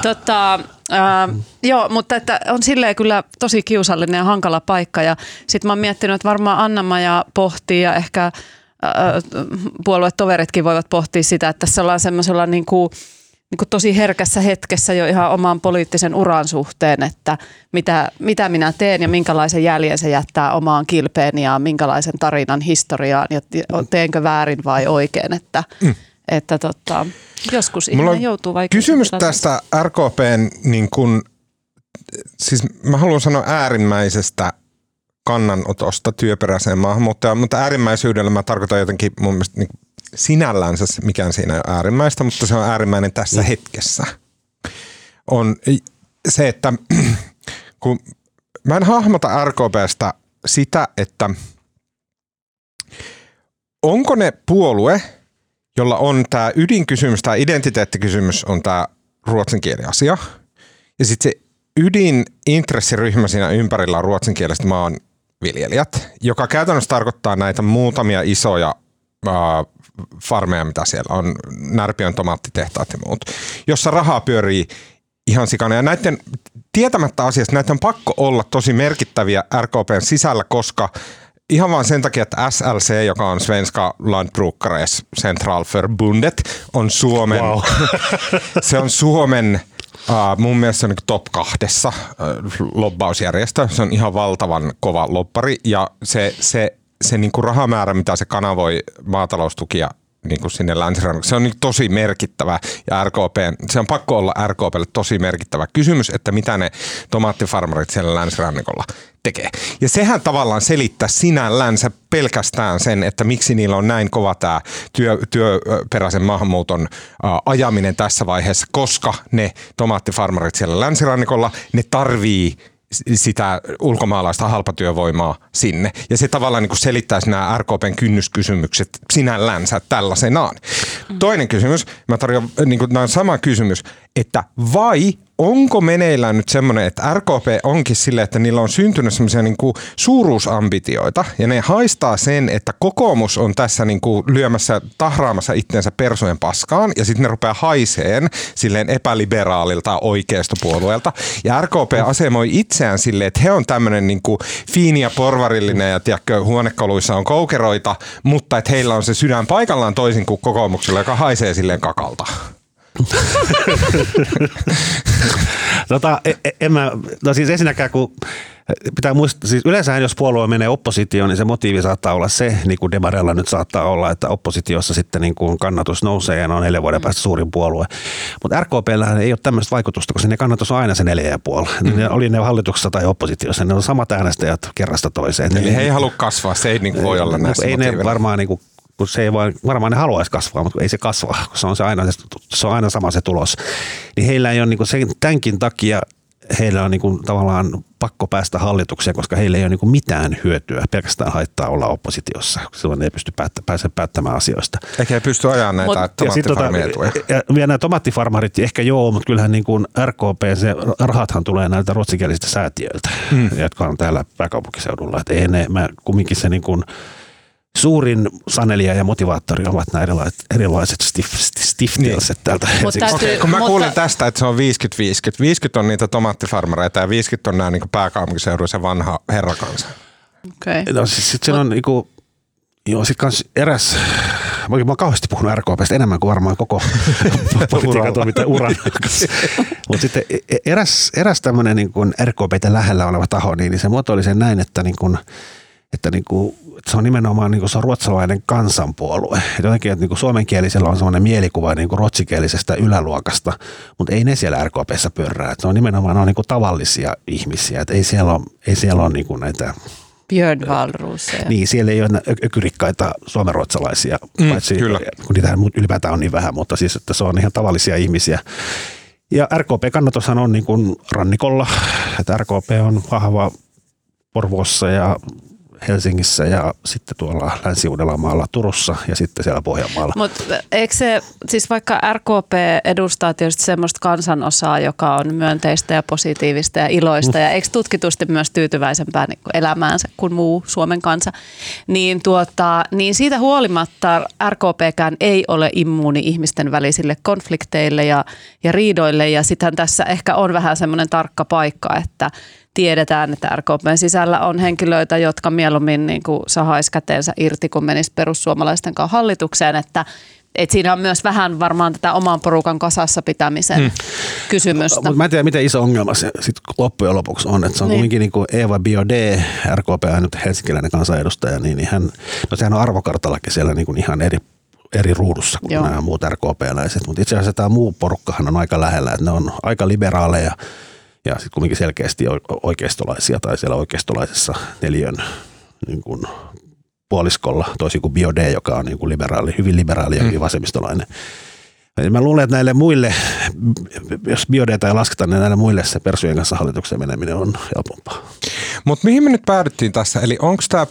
Joo, mutta että on silleen kyllä tosi kiusallinen ja hankala paikka. Ja sitten mä oon miettinyt, että varmaan Anna-Maja pohtii ja ehkä puoluetoveritkin voivat pohtia sitä, että tässä ollaan semmoisella niin kuin tosi herkässä hetkessä jo ihan oman poliittisen uran suhteen, että mitä minä teen ja minkälaisen jäljen se jättää omaan kilpeeni ja minkälaisen tarinan historiaan ja teenkö väärin vai oikein, että joskus ihminen joutuu vaikeuksiin. Kysymys tästä RKPn, niin kun, siis mä haluan sanoa äärimmäisestä kannanotosta työperäiseen maahanmuuttajaan, mutta äärimmäisyydellä mä tarkoitan jotenkin mun mielestä niin sinällänsä mikään siinä ei ole äärimmäistä, mutta se on äärimmäinen tässä hetkessä. On se, että kun mä en hahmota RKPstä sitä, että onko ne puolue, jolla on tämä ydinkysymys, tämä identiteettikysymys on tämä ruotsin kieli asia. Ja sitten se ydintressiryhmä siinä ympärillä on ruotsinkieliset maanviljelijät, joka käytännössä tarkoittaa näitä muutamia isoja farmeja, mitä siellä on, Närpiön tomaattitehtaat ja muut, jossa rahaa pyörii ihan sikana. Ja näiden tietämättä asiasta, näitä on pakko olla tosi merkittäviä RKPn sisällä, koska ihan vaan sen takia, että SLC, joka on Svenska Lantbrukares Centralförbundet, on Suomen, se on Suomen mun mielestä se on niin top 2 lobbausjärjestö. Se on ihan valtavan kova lobbari ja se niin kuin rahamäärä, mitä se kanavoi maataloustukia niin kuin sinne länsirannikolle. Se on niin tosi merkittävä ja se on pakko olla RKPlle tosi merkittävä kysymys, että mitä ne tomaattifarmarit siellä länsirannikolla tekee. Ja sehän tavallaan selittää sinällänsä pelkästään sen, että miksi niillä on näin kova tämä työperäisen maahanmuuton ajaminen tässä vaiheessa, koska ne tomaattifarmarit siellä länsirannikolla, ne tarvii sitä ulkomaalaista halpatyövoimaa sinne. Ja se tavallaan niin kuin selittäisi nämä RKPn kynnyskysymykset sinällänsä tällaisenaan. Toinen kysymys, mä tarjoan niin kuin sama kysymys, että vai onko meneillään nyt semmoinen, että RKP onkin silleen, että niillä on syntynyt semmoisia niin kuin suuruusambitioita ja ne haistaa sen, että kokoomus on tässä niin kuin tahraamassa itseensä persojen paskaan ja sitten ne rupeaa haiseen silleen epäliberaalilta oikeistopuolueelta ja RKP asemoi itseään silleen, että he on tämmöinen niin kuin fiini ja porvarillinen ja tiedätkö, huonekaluissa on koukeroita, mutta että heillä on se sydän paikallaan toisin kuin kokoomuksella, joka haisee silleen kakalta. Siis ensinnäkään kun pitää muistaa, siis yleensähän jos puolue menee oppositioon, niin se motiivi saattaa olla se, niin kuin Demarella nyt saattaa olla, että oppositiossa sitten niin kuin kannatus nousee ja ne on 4 vuoden päästä suurin puolue. Mutta RKP:llähän ei ole tämmöistä vaikutusta, koska ne kannatus on aina se 4,5. Ne oli ne hallituksessa tai oppositiossa, ne on samat äänestäjät kerrasta toiseen. Eli he ei halua kasvaa, se ei niin kuin voi olla näissä ei motiivina. Ne varmaan niin kuin, kun se ei varmaan ne haluaisi kasvaa, mutta ei se kasva, kun se on aina sama se tulos. Niin heillä ei ole niin kuin tämänkin takia heillä on niin kuin tavallaan pakko päästä hallitukseen, koska heillä ei ole niin kuin mitään hyötyä, pelkästään haittaa olla oppositiossa, silloin ne ei pysty päättämään asioista. Eikä he pysty ajamaan näitä tomaattifarmietuja. Ja vielä nämä tomaattifarmarit ehkä joo, mutta kyllähän niin kuin RKP, se rahathan tulee näiltä ruotsikielisistä säätiöiltä, jotka on täällä pääkaupunkiseudulla. Että ei ne, kumminkin se niin kuin suurin sanelija ja motivaattori ovat nämä erilaiset stiftelset täältä Helsingistä. Kun mä kuulin tästä, että se on 50-50. 50 on niitä tomaattifarmareita ja 50 on nämä niin pääkaupunkiseudun se vanha herrakansa. Okay. No siis sitten se on niinku, joo sit kans eräs, mä oon kauheasti puhunut RKPstä enemmän kuin varmaan koko politiikan toiminta uran. Mutta sitten eräs tämmöinen niin kuin RKPtä lähellä oleva taho, niin se muotoili sen näin, että se on nimenomaan se on ruotsalainen kansanpuolue. Et jotenkin, että suomenkielisellä on sellainen mielikuva ruotsikielisestä yläluokasta, mutta ei ne siellä RKP:ssä pörrää. Et se on nimenomaan ne on tavallisia ihmisiä. Et ei siellä ole näitä Björn Wahlroosia. Niin, siellä ei ole ökyrikkaita suomenruotsalaisia, paitsi kun niitä ylipäätään on niin vähän, mutta siis että se on ihan tavallisia ihmisiä. Ja RKP-kannatushan on niin kuin rannikolla, että RKP on vahva Porvoossa ja Helsingissä ja sitten tuolla Länsi-Uudellamaalla, Turussa ja sitten siellä Pohjanmaalla. Mutta eikö se, siis vaikka RKP edustaa tietysti semmoista kansanosaa, joka on myönteistä ja positiivista ja iloista ja eikö tutkitusti myös tyytyväisempää niin kuin elämäänsä kuin muu Suomen kansa, niin siitä huolimatta RKPkään ei ole immuuni ihmisten välisille konflikteille ja riidoille ja sittenhän tässä ehkä on vähän semmoinen tarkka paikka, että tiedetään, että RKP:n sisällä on henkilöitä, jotka mieluummin niin kuin sahais käteensä irti, kun menisi perussuomalaisten kanssa hallitukseen, että siinä on myös vähän varmaan tätä oman porukan kasassa pitämisen kysymystä. Mutta mä en tiedä, miten iso ongelma se sitten loppujen lopuksi on. Että se on kuitenkin niin kuin Eva Biaudet, RKP on nyt helsinkiläinen kansanedustaja, niin sehän on arvokartallakin siellä niin kuin ihan eri ruudussa kuin nämä muut RKP-läiset. Mutta itse asiassa tämä muu porukkahan on aika lähellä, että ne on aika liberaaleja. Ja sitten kuitenkin selkeästi oikeistolaisia tai siellä oikeistolaisessa neliön niin kuin puoliskolla, toisin kuin Biaudet, joka on niin kuin hyvin liberaali ja hyvin vasemmistolainen. Ja mä luulen, että näille muille, jos Biaudeta ei lasketa, niin näille muille se persujen kanssa hallitukseen meneminen on helpompaa. Mutta mihin me nyt päädyttiin tässä? Eli onko tämä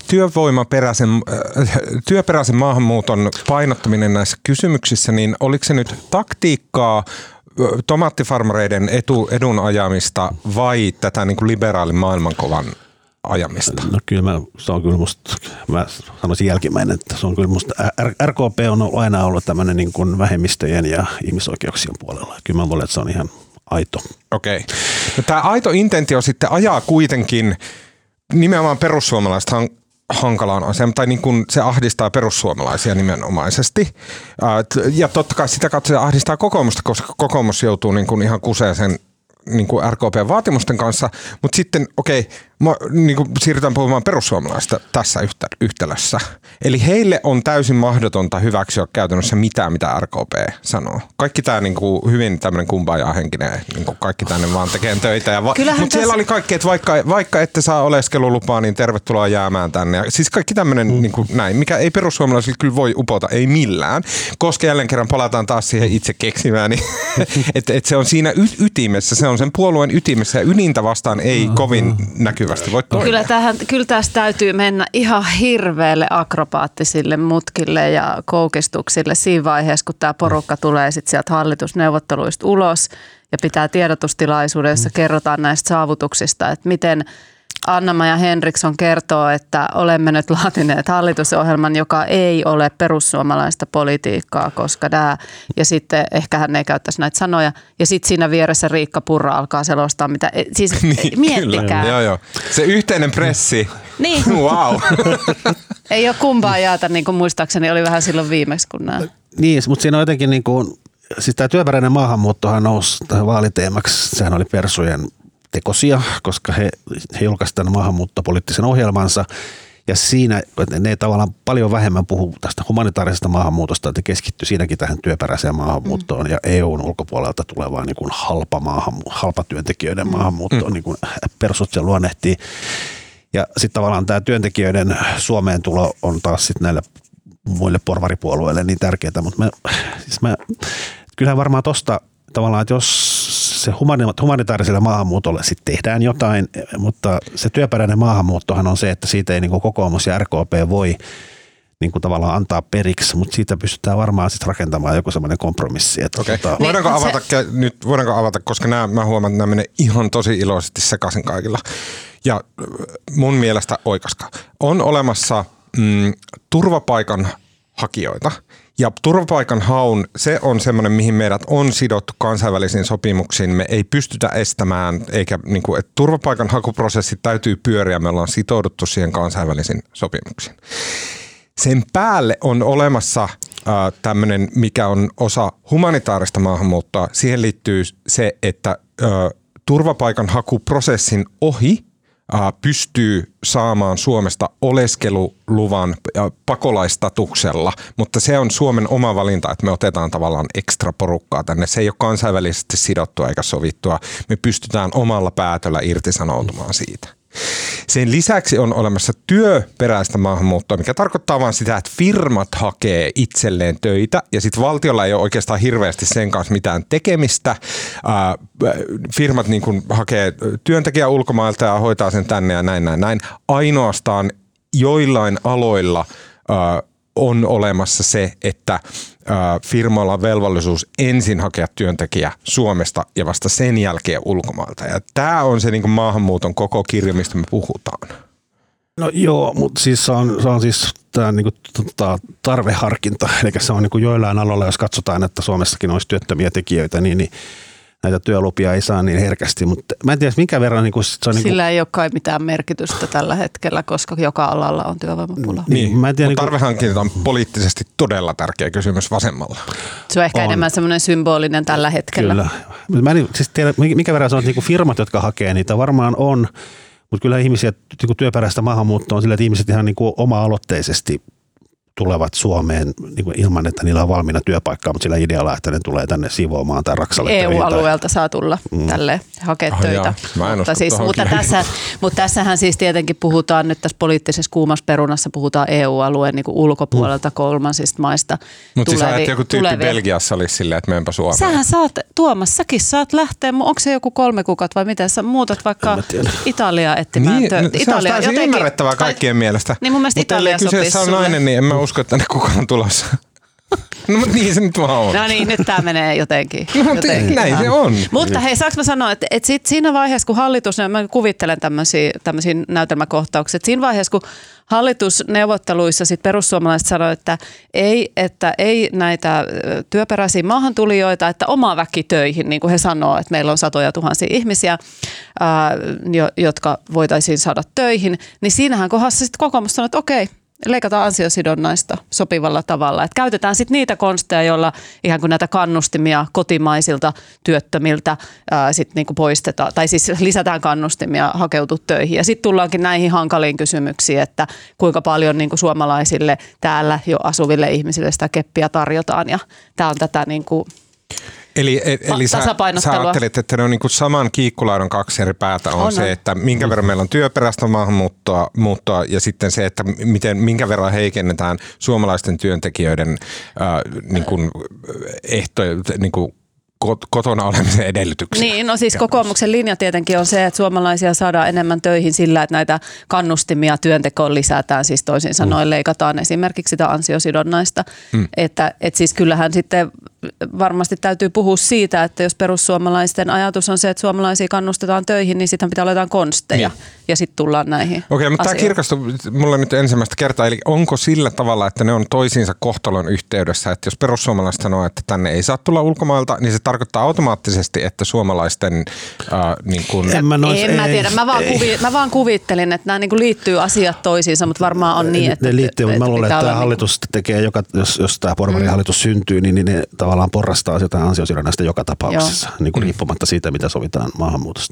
työperäisen maahanmuuton painottaminen näissä kysymyksissä, niin oliko se nyt taktiikkaa, tomaattifarmareiden edun ajamista vai tätä niin kuin liberaalin maailmankovan ajamista? No kyllä se on kyllä musta, mä sanoisin jälkimmäinen, että se on kyllä musta, RKP on aina ollut tämmöinen niin kuin vähemmistöjen ja ihmisoikeuksien puolella. Kyllä mä luulen, että se on ihan aito. Okei. No tämä aito intentio sitten ajaa kuitenkin nimenomaan perussuomalaiset hankalaan asemaan, tai niin kuin se ahdistaa perussuomalaisia nimenomaisesti. Ja totta kai sitä kautta se ahdistaa kokoomusta, koska kokoomus joutuu niin kuin ihan kuseeseen niin kuin RKP:n vaatimusten kanssa. Mutta sitten, niin kuin siirrytään puhumaan perussuomalaista tässä yhtälössä. Eli heille on täysin mahdotonta hyväksyä käytännössä mitään, mitä RKP sanoo. Kaikki tämä niin kuin hyvin tämmöinen kumpaajahenkinen, niin kuin kaikki tänne vaan tekee töitä. Mutta siellä oli kaikki, että vaikka ette saa oleskelulupaa, niin tervetuloa jäämään tänne. Ja siis kaikki tämmöinen niin kuin näin, mikä ei perussuomalaisille kyllä voi upota, ei millään. Koska jälleen kerran palataan taas siihen itse keksimään, niin että se on siinä ytimessä, se on sen puolueen ytimessä ja ydintä vastaan ei kovin näkyvästi voi toimia. Kyllä tästä täytyy mennä ihan hirveälle akrobaattisille mutkille ja koukistuksille siinä vaiheessa, kun tämä porukka tulee sitten sieltä hallitusneuvotteluista ulos ja pitää tiedotustilaisuuden, jossa kerrotaan näistä saavutuksista, että miten Anna-Maja Henriksson kertoo, että olemme nyt laatineet hallitusohjelman, joka ei ole perussuomalaista politiikkaa, koska ja sitten ehkä hän ei käyttäisi näitä sanoja, ja sitten siinä vieressä Riikka Purra alkaa selostaa, mitä, siis niin, miettikää. Kyllä. Joo. Se yhteinen pressi, niin. Wow. Ei ole kumpaa jaata, niin kuin muistaakseni oli vähän silloin viimeksi, kun nämä. Niin, mutta siinä on jotenkin niin kuin, siis tämä työperäinen maahanmuuttohan nousi tähän vaaliteemaksi, sehän oli persujen tekosia, koska he julkaisivat tämän maahanmuuttopoliittisen ohjelmansa ja siinä ne tavallaan paljon vähemmän puhuu tästä humanitaarisesta maahanmuutosta, että keskittyy siinäkin tähän työperäiseen maahanmuuttoon ja EUn ulkopuolelta tulevaan niin kuin halpatyöntekijöiden maahanmuuttoon, niin kuin persut sen luonnehtii. Ja sitten tavallaan tämä työntekijöiden Suomeen tulo on taas sitten näille muille porvaripuolueille niin tärkeää, mutta kyllähän varmaan tuosta tavallaan, että jos se humanitaariselle maahanmuutolle sitten tehdään jotain, mutta se työperäinen maahanmuuttohan on se, että siitä ei niin kuin kokoomus ja RKP voi niin kuin tavallaan antaa periksi, mutta siitä pystytään varmaan sitten rakentamaan joku semmoinen kompromissi. Että voidaanko avata, koska mä huomaan, että nämä menee ihan tosi iloisesti sekaisin kaikilla. Ja mun mielestä oikaskaa. On olemassa turvapaikan hakijoita. Ja turvapaikan haun, se on semmoinen, mihin meidät on sidottu kansainvälisiin sopimuksiin. Me ei pystytä estämään, eikä niin kuin, että turvapaikan hakuprosessi täytyy pyöriä. Me ollaan sitouduttu siihen kansainvälisiin sopimuksiin. Sen päälle on olemassa tämmöinen, mikä on osa humanitaarista maahanmuuttoa. Siihen liittyy se, että turvapaikan hakuprosessin ohi pystyy saamaan Suomesta oleskeluluvan pakolaistatuksella, mutta se on Suomen oma valinta, että me otetaan tavallaan ekstra porukkaa tänne. Se ei ole kansainvälisesti sidottua eikä sovittua. Me pystytään omalla päätöllä irtisanoutumaan siitä. Sen lisäksi on olemassa työperäistä maahanmuuttoa, mikä tarkoittaa vain sitä, että firmat hakee itselleen töitä ja sitten valtiolla ei ole oikeastaan hirveästi sen kanssa mitään tekemistä. Firmat niin kuin hakee työntekijä ulkomailta ja hoitaa sen tänne ja näin. Ainoastaan joillain aloilla on olemassa se, että firmoilla on velvollisuus ensin hakea työntekijä Suomesta ja vasta sen jälkeen ulkomailta. Ja tämä on se niin kuin maahanmuuton koko kirjo, mistä me puhutaan. No joo, mutta siis se on siis tämä niin kuin, tarveharkinta. Eli se on niin kuin joillain aloilla, jos katsotaan, että Suomessakin olisi työttömiä tekijöitä, niin näitä työlupia ei saa niin herkästi, mutta mä en tiedä, minkä verran niin kuin se on sillä ei ole kai mitään merkitystä tällä hetkellä, koska joka alalla on työvoimapula. Niin, mä en tiedä, mutta tarvehankinta on poliittisesti todella tärkeä kysymys vasemmalla. Se on ehkä enemmän semmoinen symbolinen tällä hetkellä. Kyllä. Mä en siis tiedä, minkä verran se on niin kuin firmat, jotka hakee niitä, varmaan on, mutta kyllä ihmisiä niin kuin työperäistä maahanmuuttoa on sillä, että ihmiset ihan niin kuin oma-aloitteisesti tulevat Suomeen niin kuin ilman, että niillä on valmiina työpaikkaa, mutta sillä idealla, että ne tulee tänne siivoamaan tai Raksalle töihin. EU-alueelta saa tulla tälle hakea töitä. Mutta tässähän siis tietenkin puhutaan nyt tässä poliittisessa kuumassa perunassa, puhutaan EU-alueen niin kuin ulkopuolelta kolmansista maista. Mutta siis ajat joku tyyppi Belgiassa olisi silleen, että menenpä Suomeen. Sähän saat, säkin saat lähteä, onko se joku 3 kuukautta vai miten sä muutat vaikka Italiaa etsimään töitä? Se on täysin ymmärrettävää kaikkien mielestä. Niin mun mielestä Italia sopisi sulle. On nainen, niin en mä usko, että tänne kukaan tulossa. No mutta niin se nyt vaan on. No niin, nyt tää menee jotenkin. No mutta näin se on. Mutta hei, saanko mä sanoa, että sit siinä vaiheessa, kun hallitus, mä kuvittelen tämmöisiä näytelmäkohtauksia, että siinä vaiheessa, kun hallitusneuvotteluissa sit perussuomalaiset sanoi, että ei näitä työperäisiä maahantulijoita, että oma väki töihin, niin kuin he sanoo, että meillä on satoja tuhansia ihmisiä, jotka voitaisiin saada töihin, niin siinähän kohdassa sitten kokoomus sanoi, että okei, leikataan ansiosidonnaista sopivalla tavalla. Et käytetään sitten niitä konsteja, joilla ihan kuin näitä kannustimia kotimaisilta työttömiltä sit niinku poistetaan, tai siis lisätään kannustimia hakeutua töihin. Ja sitten tullaankin näihin hankaliin kysymyksiin, että kuinka paljon niinku suomalaisille täällä jo asuville ihmisille sitä keppiä tarjotaan. Ja tämä on tätä niinku Eli sä ajattelet, että ne on niin kuin saman kiikkulaidon kaksi eri päätä on se, että minkä verran meillä on työperäistä maahanmuuttoa ja sitten se, että minkä verran heikennetään suomalaisten työntekijöiden niin kuin ehtoja, niin kuin kotona olemisen edellytyksiä. Niin, no siis kokoomuksen linja tietenkin on se, että suomalaisia saadaan enemmän töihin sillä, että näitä kannustimia työntekoon lisätään, siis toisin sanoen leikataan esimerkiksi sitä ansiosidonnaista. Että siis kyllähän sitten varmasti täytyy puhua siitä, että jos perussuomalaisten ajatus on se, että suomalaisia kannustetaan töihin, niin sitten pitää olla jotain konsteja ja sitten tullaan näihin Okei, mutta tämä kirkastui mulle nyt ensimmäistä kertaa, eli onko sillä tavalla, että ne on toisiinsa kohtalon yhteydessä, että jos perussuomalaiset sanoo, että tänne ei saa tulla ulkomailta, niin se tarkoittaa automaattisesti, että suomalaisten niin kuin... En mä tiedä, mä vaan kuvittelin, että nämä niin kuin liittyy asiat toisiinsa, mutta varmaan on niin, että... Ne liittyy, mutta mä luulen, että tämä hallitus tekee, jos tämä porvarihallitus syntyy, niin ne tavallaan porrastaa jotain ansiosidonnaista joka tapauksessa, niin kuin riippumatta siitä, mitä sovitaan maahanmuutosta.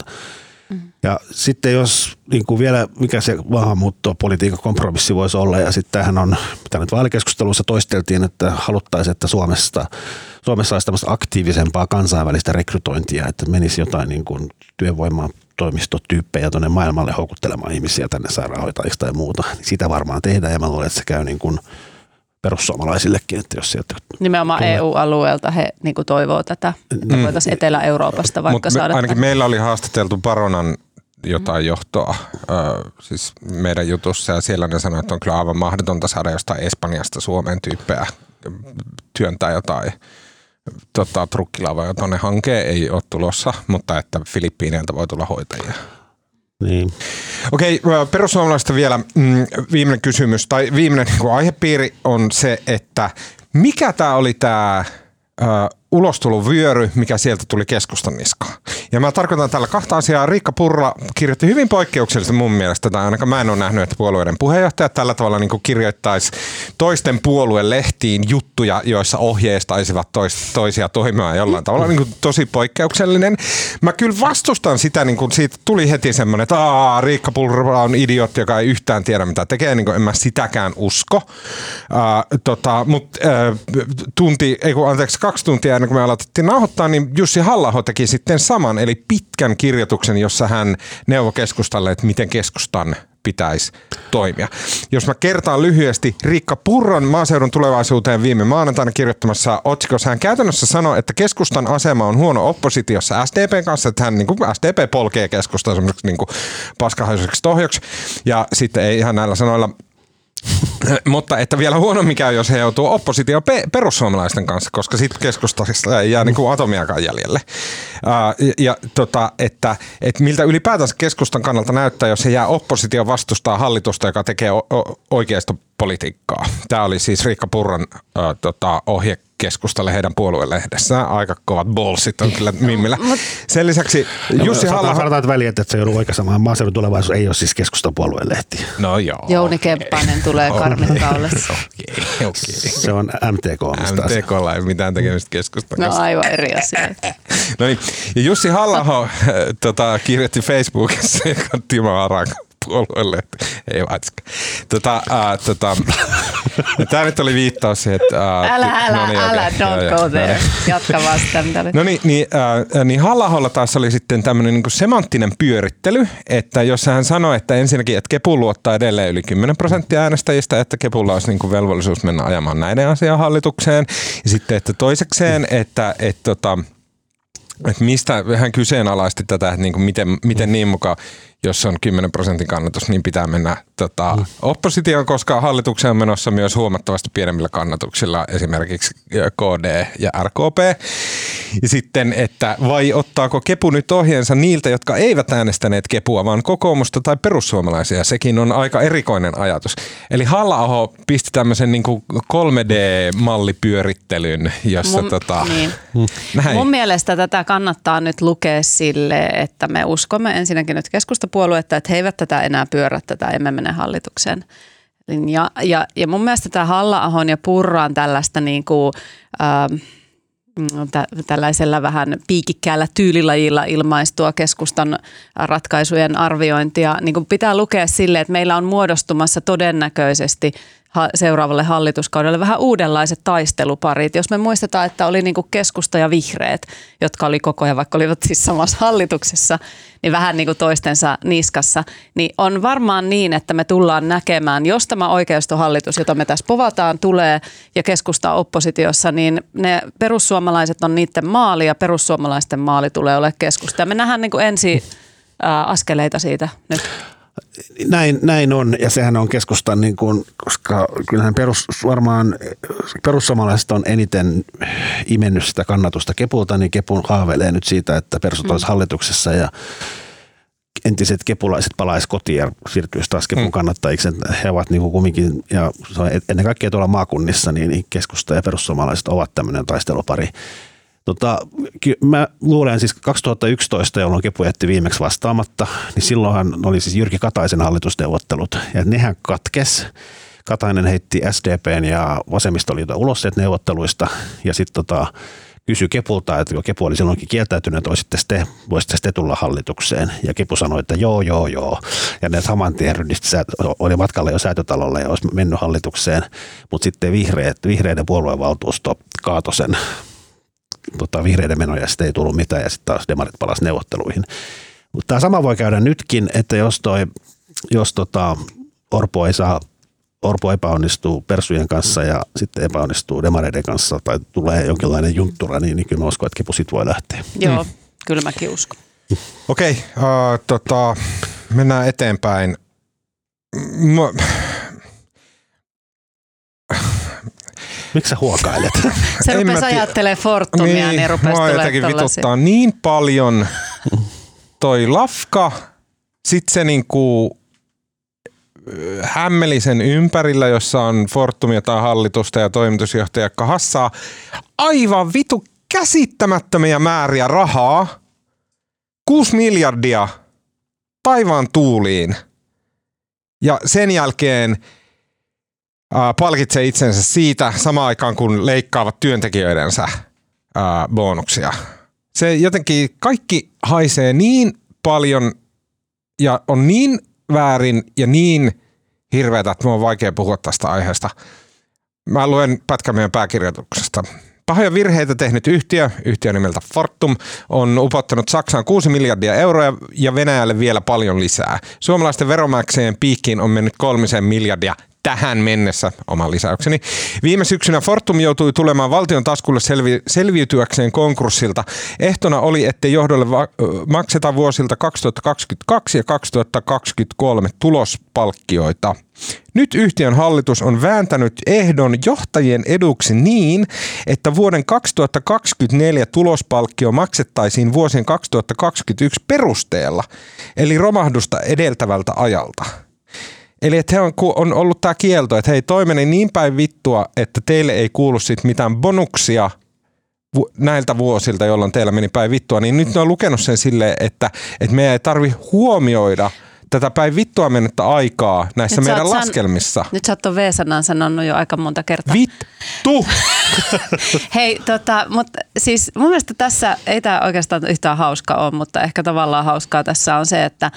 Ja sitten jos niin kuin vielä, mikä se maahanmuuttopolitiikan kompromissi voisi olla, ja sitten tämähän on, mitä nyt vaalikeskusteluissa toisteltiin, että haluttaisiin, että Suomessa olisi tämmöistä aktiivisempaa kansainvälistä rekrytointia, että menisi jotain niin kuin työvoimatoimistotyyppejä tuonne maailmalle houkuttelemaan ihmisiä tänne sairaanhoitajiksi tai muuta. Sitä varmaan tehdään, ja mä luulen, että se käy niin kuin perussuomalaisillekin, että jos sieltä nimenomaan tulee. EU-alueelta he niin kuin toivoo tätä, että voitaisiin Etelä-Euroopasta vaikka saada. Ainakin meillä oli haastateltu Baronan jotain johtoa siis meidän jutussa, ja siellä ne sanoi, että on kyllä aivan mahdotonta saada jostain Espanjasta Suomeen tyyppejä työntää jotain trukkilavoja tuonne hankeen ei ole tulossa, mutta että Filippiineiltä voi tulla hoitajia. Niin. Okei, perussuomalaisista vielä viimeinen kysymys, tai viimeinen niin kuin aihepiiri on se, että mikä tämä oli tämä ulostulovyöry, mikä sieltä tuli keskustan niskaan. Ja mä tarkoitan tällä kahta asiaa. Riikka Purra kirjoitti hyvin poikkeuksellisesti mun mielestä, tai ainakaan mä en ole nähnyt, että puolueiden puheenjohtajat tällä tavalla niin kuin kirjoittaisi toisten puoluelehtiin juttuja, joissa ohjeistaisivat toisia toimimaan jollain tavalla. Niin kuin tosi poikkeuksellinen. Mä kyllä vastustan sitä, niin kuin siitä tuli heti semmoinen, että Riikka Purra on idiootti, joka ei yhtään tiedä mitä tekee, niin kuin en mä sitäkään usko. Mutta 2 tuntia ennen kuin me aloitettiin nauhoittaa, niin Jussi Halla-aho teki sitten saman, eli pitkän kirjoituksen, jossa hän neuvoi keskustalle, että miten keskustan pitäisi toimia. Jos mä kertaan lyhyesti, Riikka Purran Maaseudun tulevaisuuteen viime maanantaina kirjoittamassa otsikossa hän käytännössä sanoi, että keskustan asema on huono oppositiossa SDPn kanssa, että hän niin kuin SDP polkee keskustan semmoiseksi niin kuin paskahaiseksi tohjoksi, ja sitten ei ihan näillä sanoilla mutta että vielä huonommin käy, jos he joutuu oppositioon perussuomalaisten kanssa, koska sitten keskustassa ei jää niin kuin atomiakaan jäljelle. Että miltä ylipäätänsä keskustan kannalta näyttää, jos he jää oppositio vastustaa hallitusta, joka tekee oikeasta politiikkaa. Tämä oli siis Riikka Purran ohje keskustalle heidän puoluelehdessään. Aika kovat bolsit on kyllä Mimmillä. Sen lisäksi Jussi Halla-aho... Sanotaan väliin, että se joudut oikaisemaan. Maaseudun tulevaisuus ei ole siis keskustan puoluelehti. No joo. Jouni Kemppainen tulee karmittaa. Okei. Se on MTK. MTKlla ei mitään tekemistä keskustan kanssa. No aivan eri asia. No niin. Ja Jussi Halla-aho kirjoitti Facebookissa, joka on Timo Harakan puolueelle. Ei vatska. Tämä nyt oli viittaus siihen, että... Älä, don't go there. Jatka vasta. No niin Halla-aholla taas oli sitten tämmöinen niin kuin semanttinen pyörittely, että jos hän sanoi, että ensinnäkin, että Kepu luottaa edelleen yli 10% äänestäjistä, että Kepulla olisi niin kuin velvollisuus mennä ajamaan näiden asian hallitukseen. Ja sitten, että toisekseen, että mistä hän kyseenalaisti tätä, että niin kuin miten niin mukaan, jos on 10% kannatus, niin pitää mennä oppositioon, koska hallitukseen on menossa myös huomattavasti pienemmillä kannatuksilla, esimerkiksi KD ja RKP. Ja sitten, että vai ottaako Kepu nyt ohjeensa niiltä, jotka eivät äänestäneet Kepua, vaan kokoomusta tai perussuomalaisia. Sekin on aika erikoinen ajatus. Eli Halla-aho pisti tämmöisen niin kuin 3D-mallipyörittelyn, jossa Mun mielestä tätä kannattaa nyt lukea sille, että me uskomme ensinnäkin nyt keskustapuoluetta, että he eivät tätä enää pyörättätä, emme mene hallitukseen. Ja mun mielestä tämä Halla-ahon ja Purran tällaista niinku, tällaisella vähän piikikkäällä tyylilajilla ilmaistua keskustan ratkaisujen arviointia niin kuin pitää lukea silleen, että meillä on muodostumassa todennäköisesti seuraavalle hallituskaudelle vähän uudenlaiset taisteluparit. Jos me muistetaan, että oli niin kuin keskusta ja vihreät, jotka oli koko ajan, vaikka olivat siis samassa hallituksessa, niin vähän niin kuin toistensa niskassa, niin on varmaan niin, että me tullaan näkemään, jos tämä oikeistohallitus, jota me tässä povataan, tulee ja keskusta oppositiossa, niin ne perussuomalaiset on niiden maali ja perussuomalaisten maali tulee olemaan keskusta. Ja me nähdään niin kuin ensi askeleita siitä nyt. Näin on, ja sehän on keskustan, niin kuin, koska kyllähän perussuomalaiset on eniten imennyt sitä kannatusta Kepulta, niin Kepun haaveilee nyt siitä, että persut olisi hallituksessa ja entiset kepulaiset palaisi kotiin ja siirtyisi taas Kepun kannattajiksi. He ovat niin kuin kumminkin, ja ennen kaikkea tuolla maakunnissa, niin keskusta ja perussuomalaiset ovat tämmöinen taistelupari. Mä luulen siis 2011, jolloin Kepu jätti viimeksi vastaamatta, niin silloinhan oli siis Jyrki Kataisen hallitusneuvottelut ja nehän katkes. Katainen heitti SDPn ja vasemmistoliiton ulos sieltä neuvotteluista ja sitten kysyi Kepulta, että Kepu oli silloinkin kieltäytynyt, että voisitte te tulla hallitukseen. Ja Kepu sanoi, että joo. Ja ne saman tien oli matkalla jo Säätytalolle ja olisi mennyt hallitukseen, mutta sitten vihreiden puoluevaltuusto kaatoi sen vihreiden menoja, sitten ei tullut mitään ja sitten taas demarit palasi neuvotteluihin. Mutta tämä sama voi käydä nytkin, että jos Orpo epäonnistuu persujen kanssa ja sitten epäonnistuu demareiden kanssa tai tulee jonkinlainen junttura, niin kyllä mä uskon, että Kepu sit voi lähteä. Joo, kyllä mäkin uskon. Okei, mennään eteenpäin. Miksi sä huokailet? Se rupesi ajattelemaan Fortumia, niin rupesi tulemaan jotenkin vituttaa niin paljon toi lafka, sit se niinku hämmelisen ympärillä, jossa on Fortumia tai hallitusta ja toimitusjohtaja hassaa aivan vitu käsittämättömiä määriä rahaa, 6 miljardia taivaan tuuliin ja sen jälkeen palkitsee itsensä siitä samaan aikaan, kun leikkaavat työntekijöidensä bonuksia. Se jotenkin kaikki haisee niin paljon ja on niin väärin ja niin hirveätä, että minun on vaikea puhua tästä aiheesta. Mä luen pätkän meidän pääkirjoituksesta. Pahoja virheitä tehnyt yhtiö nimeltä Fortum, on upottanut Saksaan 6 miljardia euroa ja Venäjälle vielä paljon lisää. Suomalaisten veronmaksajien piikkiin on mennyt 3 miljardia tähän mennessä, oma lisäykseni. Viime syksynä Fortum joutui tulemaan valtion taskulle selviytyäkseen konkurssilta. Ehtona oli, ettei johdolle makseta vuosilta 2022 ja 2023 tulospalkkioita. Nyt yhtiön hallitus on vääntänyt ehdon johtajien eduksi niin, että vuoden 2024 tulospalkkio maksettaisiin vuosien 2021 perusteella, eli romahdusta edeltävältä ajalta. Eli että on ollut tämä kielto, että hei, toi meni niin päin vittua, että teille ei kuulu sit mitään bonuksia näiltä vuosilta, jolloin teillä meni päin vittua, niin nyt ne on lukenut sen silleen, että meidän ei tarvitse huomioida tätä päin vittua mennyttä aikaa näissä nyt meidän laskelmissa. Nyt sä oot ton V-sanan sanonut jo aika monta kertaa. Vittu! Hei, mutta siis mun mielestä tässä ei tämä oikeastaan yhtään hauskaa ole, mutta ehkä tavallaan hauskaa tässä on se, että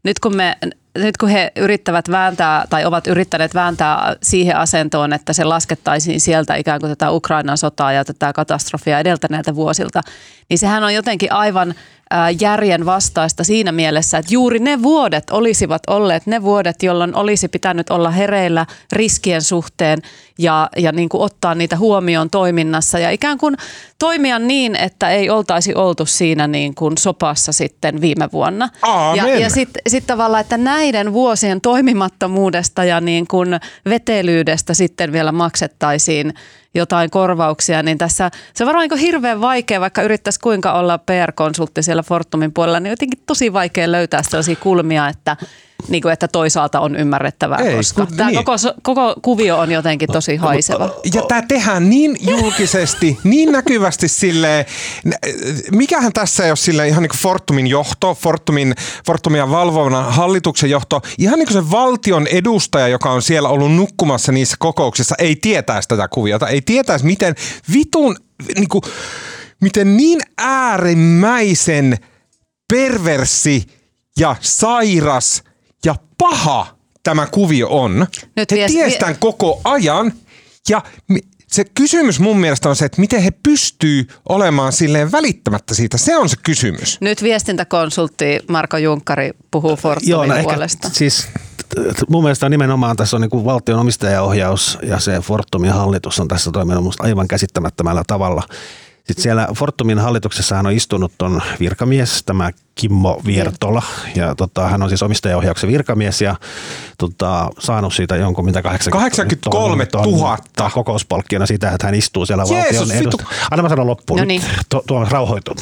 nyt kun he yrittävät vääntää tai ovat yrittäneet vääntää siihen asentoon, että se laskettaisiin sieltä ikään kuin tätä Ukrainan sotaa ja tätä katastrofia edeltäneiltä vuosilta, niin sehän on jotenkin aivan järjen vastaista siinä mielessä, että juuri ne vuodet olisivat olleet ne vuodet, jolloin olisi pitänyt olla hereillä riskien suhteen ja niin kuin ottaa niitä huomioon toiminnassa ja ikään kuin toimia niin, että ei oltaisi oltu siinä niin kuin sopassa sitten viime vuonna. Aamen. Ja sitten tavallaan, että näiden vuosien toimimattomuudesta ja niin kuin vetelyydestä sitten vielä maksettaisiin jotain korvauksia, niin tässä se on varmaan niin hirveän vaikea, vaikka yrittäisi kuinka olla PR-konsultti siellä Fortumin puolella, niin jotenkin tosi vaikea löytää sellaisia kulmia, niin kuin, että toisaalta on ymmärrettävää, koska tämä koko kuvio on jotenkin tosi haiseva. Ja tämä tehdään niin julkisesti, niin näkyvästi silleen, mikähän tässä ei ole silleen ihan niin kuin Fortumin johto, Fortumia valvovan hallituksen johto, ihan niin kuin se valtion edustaja, joka on siellä ollut nukkumassa niissä kokouksissa, ei tietäisi tätä kuviota, ei tietäisi miten vitun, niin kuin, miten niin äärimmäisen perversi ja sairas ja paha tämä kuvio on. He tiesivät tämän koko ajan ja se kysymys mun mielestä on se, että miten he pystyy olemaan silleen välittämättä siitä. Se on se kysymys. Nyt viestintäkonsultti Marko Junkkari puhuu Fortumin puolesta. Siis mun mielestä nimenomaan tässä on niin kuin valtion omistajaohjaus ja se Fortumin hallitus on tässä toiminut aivan käsittämättömällä tavalla. Sitten siellä Fortumin hallituksessahan on istunut ton virkamies, tämä Kimmo Viertola, ja hän on siis omistajaohjauksen virkamies ja saanut siitä jonkun 83 000 kokouspalkkiona sitä, että hän istuu siellä valtion edustajana. Anna mä sanon loppuun. No niin. Tuo rauhoitu.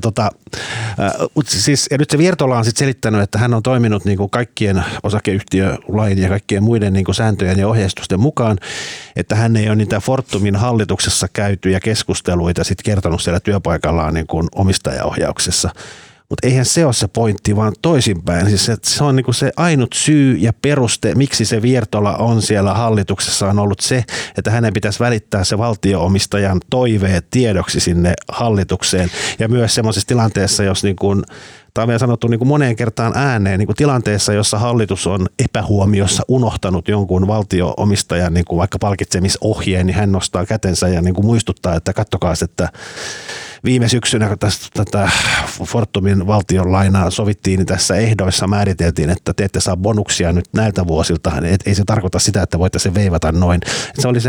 Ja nyt se Viertola on sitten selittänyt, että hän on toiminut niin kuin kaikkien osakeyhtiölain ja kaikkien muiden niin kuin sääntöjen ja ohjeistusten mukaan, että hän ei ole niitä Fortumin hallituksessa käytyjä keskusteluita sitten kertonut siellä työpaikallaan niin kuin omistajaohjauksessa. Mutta eihän se ole se pointti, vaan toisinpäin. Siis se on niinku se ainut syy ja peruste, miksi se Viertola on siellä hallituksessa, on ollut se, että hänen pitäisi välittää se valtio-omistajan toiveet tiedoksi sinne hallitukseen. Ja myös semmoisessa tilanteessa, jos tämä on vielä sanottu niin kuin moneen kertaan ääneen, niin kuin tilanteessa, jossa hallitus on epähuomiossa unohtanut jonkun valtio-omistajan niin kuin vaikka palkitsemisohjeen, niin hän nostaa kätensä ja niin kuin muistuttaa, että kattokaa, että viime syksynä, kun tätä Fortumin valtion lainaa sovittiin, niin tässä ehdoissa määriteltiin, että te ette saa bonuksia nyt näiltä vuosilta. Ei se tarkoita sitä, että voitaisiin veivata noin. Se oli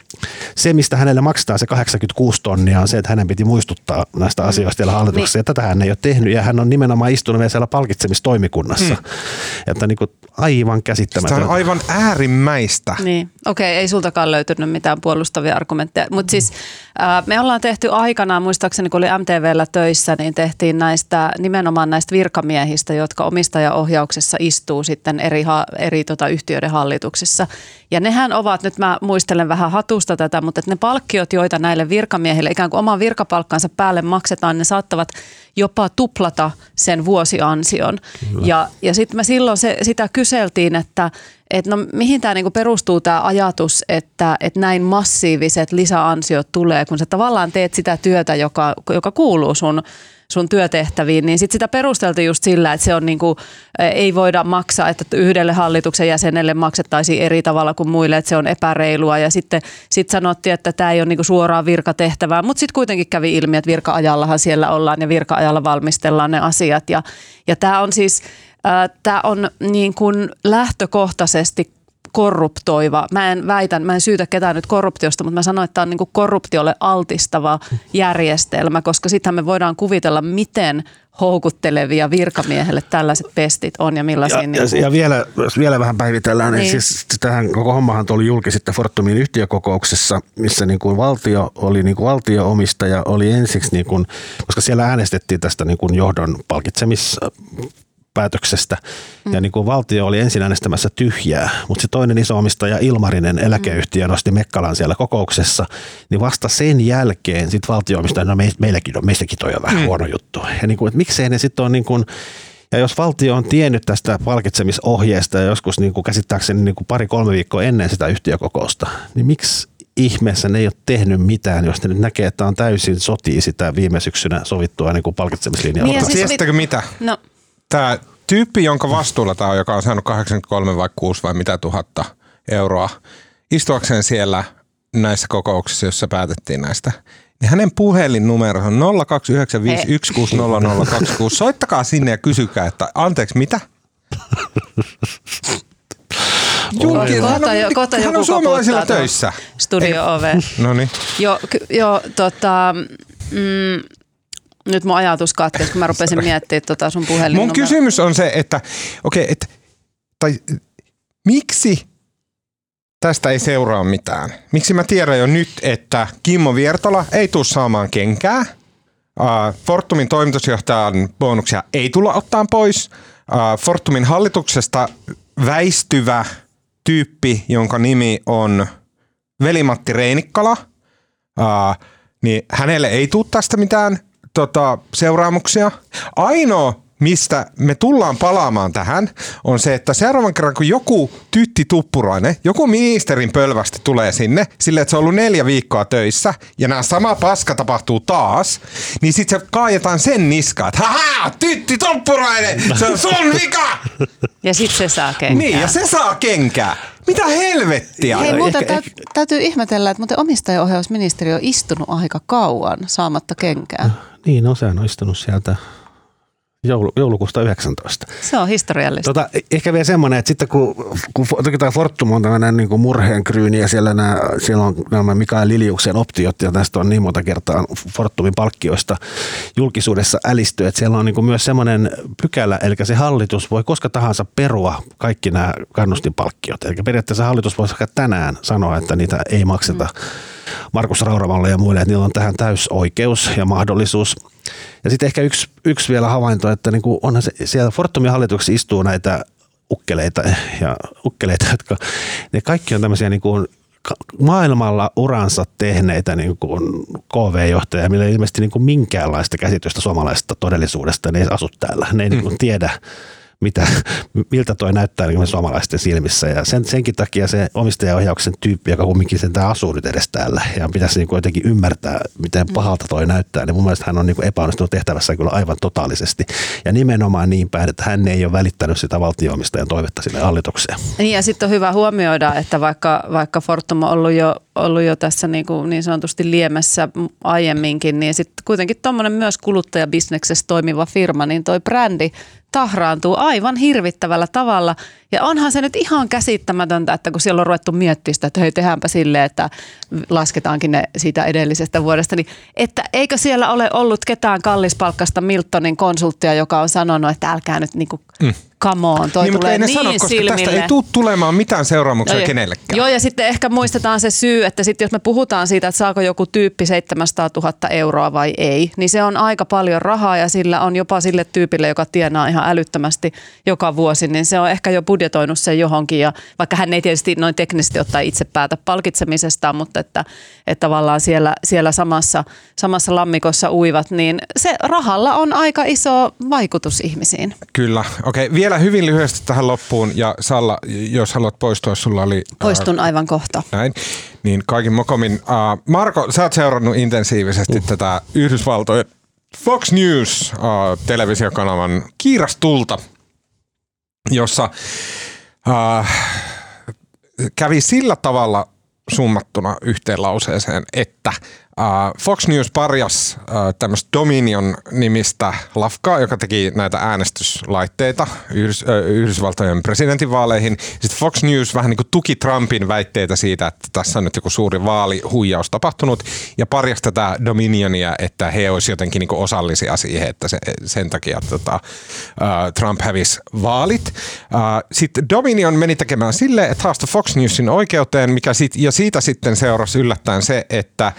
se, mistä hänelle maksetaan se 86 tonnia, on se, että hänen piti muistuttaa näistä asioista siellä hallituksessa. Ja tätä hän ei ole tehnyt, ja hän on nimenomaan istunut vielä siellä palkitsemistoimikunnassa. Että niin kuin aivan käsittämätöntä. Tämä on aivan äärimmäistä. Niin, okei, ei sultakaan löytynyt mitään puolustavia argumentteja. Mutta siis me ollaan tehty aikanaan, muistaakseni kun oli MTV:llä töissä, niin tehtiin nimenomaan näistä virkamiehistä, jotka omistajaohjauksessa istuu sitten eri yhtiöiden hallituksissa. Ja nehän ovat, nyt mä muistelen vähän hatusta tätä, mutta että ne palkkiot, joita näille virkamiehille ikään kuin oman virkapalkkansa päälle maksetaan, ne saattavat jopa tuplata sen vuosiansion. Ja sitten me silloin sitä kyseltiin, että no mihin tämä niinku perustuu tämä ajatus, että näin massiiviset lisäansiot tulee, kun sä tavallaan teet sitä työtä, joka kuuluu sun työtehtäviin, niin sit sitä perusteltiin just sillä, että se on niinku, ei voida maksaa, että yhdelle hallituksen jäsenelle maksettaisiin eri tavalla kuin muille, että se on epäreilua. Ja sitten sanottiin, että tämä ei ole niinku suoraan virkatehtävää, mutta sitten kuitenkin kävi ilmi, että virka-ajallahan siellä ollaan ja virka-ajalla valmistellaan ne asiat. Ja tämä on siis tämä on niin kuin lähtökohtaisesti korruptoiva. Mä en syytä ketään nyt korruptiosta, mutta mä sanoin, että tämä on niin kuin korruptiolle altistava järjestelmä, koska sittenhän me voidaan kuvitella, miten houkuttelevia virkamiehelle tällaiset pestit on ja millaisia. Ja vielä vähän päivitellään, niin siis tähän koko hommahan tuli julki sitten Fortumin yhtiökokouksessa, missä niin kuin valtio oli niin kuin valtio-omistaja oli ensiksi, niin kuin, koska siellä äänestettiin tästä niin kuin johdon palkitsemispäätöksestä ja niin kuin valtio oli ensin äänestämässä tyhjää, mutta se toinen iso omistaja Ilmarinen eläkeyhtiö nosti Mekkalan siellä kokouksessa, niin vasta sen jälkeen sitten valtio-omistaja, no meistäkin toi on vähän huono juttu. Ja niin kuin, että miksei ne sitten on niin kuin, ja jos valtio on tiennyt tästä palkitsemisohjeesta ja joskus niin kuin käsittääkseni niin kuin 2-3 viikkoa ennen sitä yhtiökokousta, niin miksi ihmeessä ne ei ole tehnyt mitään, jos ne nyt näkee, että on täysin sotii sitä viime syksynä sovittua niin kuin palkitsemislinjaa. Niin tiesittekö mitä? No. Tämä tyyppi, jonka vastuulla tämä on, joka on saanut 83 vai 6 vai mitä 1000 euroa, istuakseen siellä näissä kokouksissa, joissa päätettiin näistä, niin hänen puhelinnumero on 02951600026. Soittakaa sinne ja kysykää, että anteeksi mitä? Kohta joku suomalaisilla töissä. Studio-ove. Noniin. Nyt mun ajatus katkesi, kun mä rupesin miettimään sun puhelinnumeroa. Mun kysymys on se, että miksi tästä ei seuraa mitään? Miksi mä tiedän jo nyt, että Kimmo Viertola ei tule saamaan kenkää? Fortumin toimitusjohtajan bonuksia ei tulla ottaa pois. Fortumin hallituksesta väistyvä tyyppi, jonka nimi on Veli-Matti Reinikkala, niin hänelle ei tule tästä mitään seuraamuksia. Ainoa, mistä me tullaan palaamaan tähän, on se, että seuraavan kerran, kun joku Tytti Tuppurainen, joku ministerin pölvästi tulee sinne, silleen, että se on ollut 4 viikkoa töissä, ja nämä sama paska tapahtuu taas, niin sitten se kaajetaan sen niskaan, että haha, Tytti Tuppurainen, se on sun vika! Ja sitten se saa kenkää. Niin, ja se saa kenkää. Mitä helvettiä? Hei, muuten täytyy ihmetellä, että muuten omistajaohjausministeri on istunut aika kauan saamatta kenkää. Niin, no sehän on istunut sieltä joulukuusta 19. Se on historiallista. Ehkä vielä semmoinen, että sitten kun tämä Fortum on tämmöinen niin kuin murheenkryyni ja siellä on nämä Mikael Liliuksen optiot ja tästä on niin monta kertaa Fortumin palkkioista julkisuudessa älisty, että siellä on niin kuin myös semmoinen pykälä, eli se hallitus voi koska tahansa perua kaikki nämä kannustinpalkkiot. Eli periaatteessa hallitus voi tänään sanoa, että niitä ei makseta Markus Rauramalle ja muille, että niillä on tähän täysoikeus ja mahdollisuus. Ja sitten ehkä yksi vielä havainto, että niin kuin onhan siellä Fortumin hallituksessa istuu näitä ukkeleita, jotka ne kaikki on tämmöisiä niin kuin maailmalla uransa tehneitä niin kuin KV-johtajia, millä ei ilmeisesti niin kuin minkäänlaista käsitystä suomalaisesta todellisuudesta, ne ei asu täällä, ne ei niin kuin tiedä, miltä toi näyttää niin suomalaisten silmissä. Ja senkin takia se omistajaohjauksen tyyppi, joka kumminkin sen asuu nyt edes täällä ja pitäisi niin jotenkin ymmärtää, miten pahalta toi näyttää, niin mun mielestä hän on niin epäonnistunut tehtävässä kyllä aivan totaalisesti. Ja nimenomaan niin päin, että hän ei ole välittänyt sitä valtio-omistajan toivetta sinne hallitukseen. Niin ja sitten on hyvä huomioida, että vaikka Fortum on ollut jo tässä niin sanotusti liemessä aiemminkin, niin sitten kuitenkin tuommoinen myös kuluttajabisneksessä toimiva firma, niin toi brändi tahraantuu aivan hirvittävällä tavalla. Ja onhan se nyt ihan käsittämätöntä, että kun siellä on ruvettu miettimään sitä, että hei, tehdäänpä silleen, että lasketaankin ne siitä edellisestä vuodesta, niin että eikö siellä ole ollut ketään kallispalkkasta Miltonin konsulttia, joka on sanonut, että älkää nyt niinku come on, toi niin, tulee ei niin sano, koska silmille. tästä ei tule tulemaan mitään seuraamuksia kenellekään. Joo, ja sitten ehkä muistetaan se syy, että sitten jos me puhutaan siitä, että saako joku tyyppi 700 000 euroa vai ei, niin se on aika paljon rahaa ja sillä on jopa sille tyypille, joka tienaa ihan älyttömästi joka vuosi, niin se on ehkä jo budjetoinut sen johonkin. Ja vaikka hän ei tietysti noin teknisesti ottaa itse päätä palkitsemisestaan, mutta että tavallaan siellä samassa lammikossa uivat, niin se rahalla on aika iso vaikutus ihmisiin. Kyllä. Okei, vielä hyvin lyhyesti tähän loppuun. Ja Salla, jos haluat poistua, sulla oli... Poistun aivan kohta. Näin. Niin kaikin mokomin. Marko, sä oot seurannut intensiivisesti tätä Yhdysvaltojen Fox News televisiokanavan kiirastulta, jossa kävi sillä tavalla summattuna yhteen lauseeseen, että Fox News parjas tämmöistä Dominion-nimistä lafkaa, joka teki näitä äänestyslaitteita Yhdysvaltojen presidentinvaaleihin. Sitten Fox News vähän niin kuin tuki Trumpin väitteitä siitä, että tässä on nyt joku suuri vaalihuijaus tapahtunut, ja parjasi tätä Dominionia, että he olisivat jotenkin niin kuin osallisia siihen, että sen takia Trump hävisi vaalit. Sitten Dominion meni tekemään silleen, että haastoi Fox Newsin oikeuteen, ja siitä sitten seurasi yllättäen se, että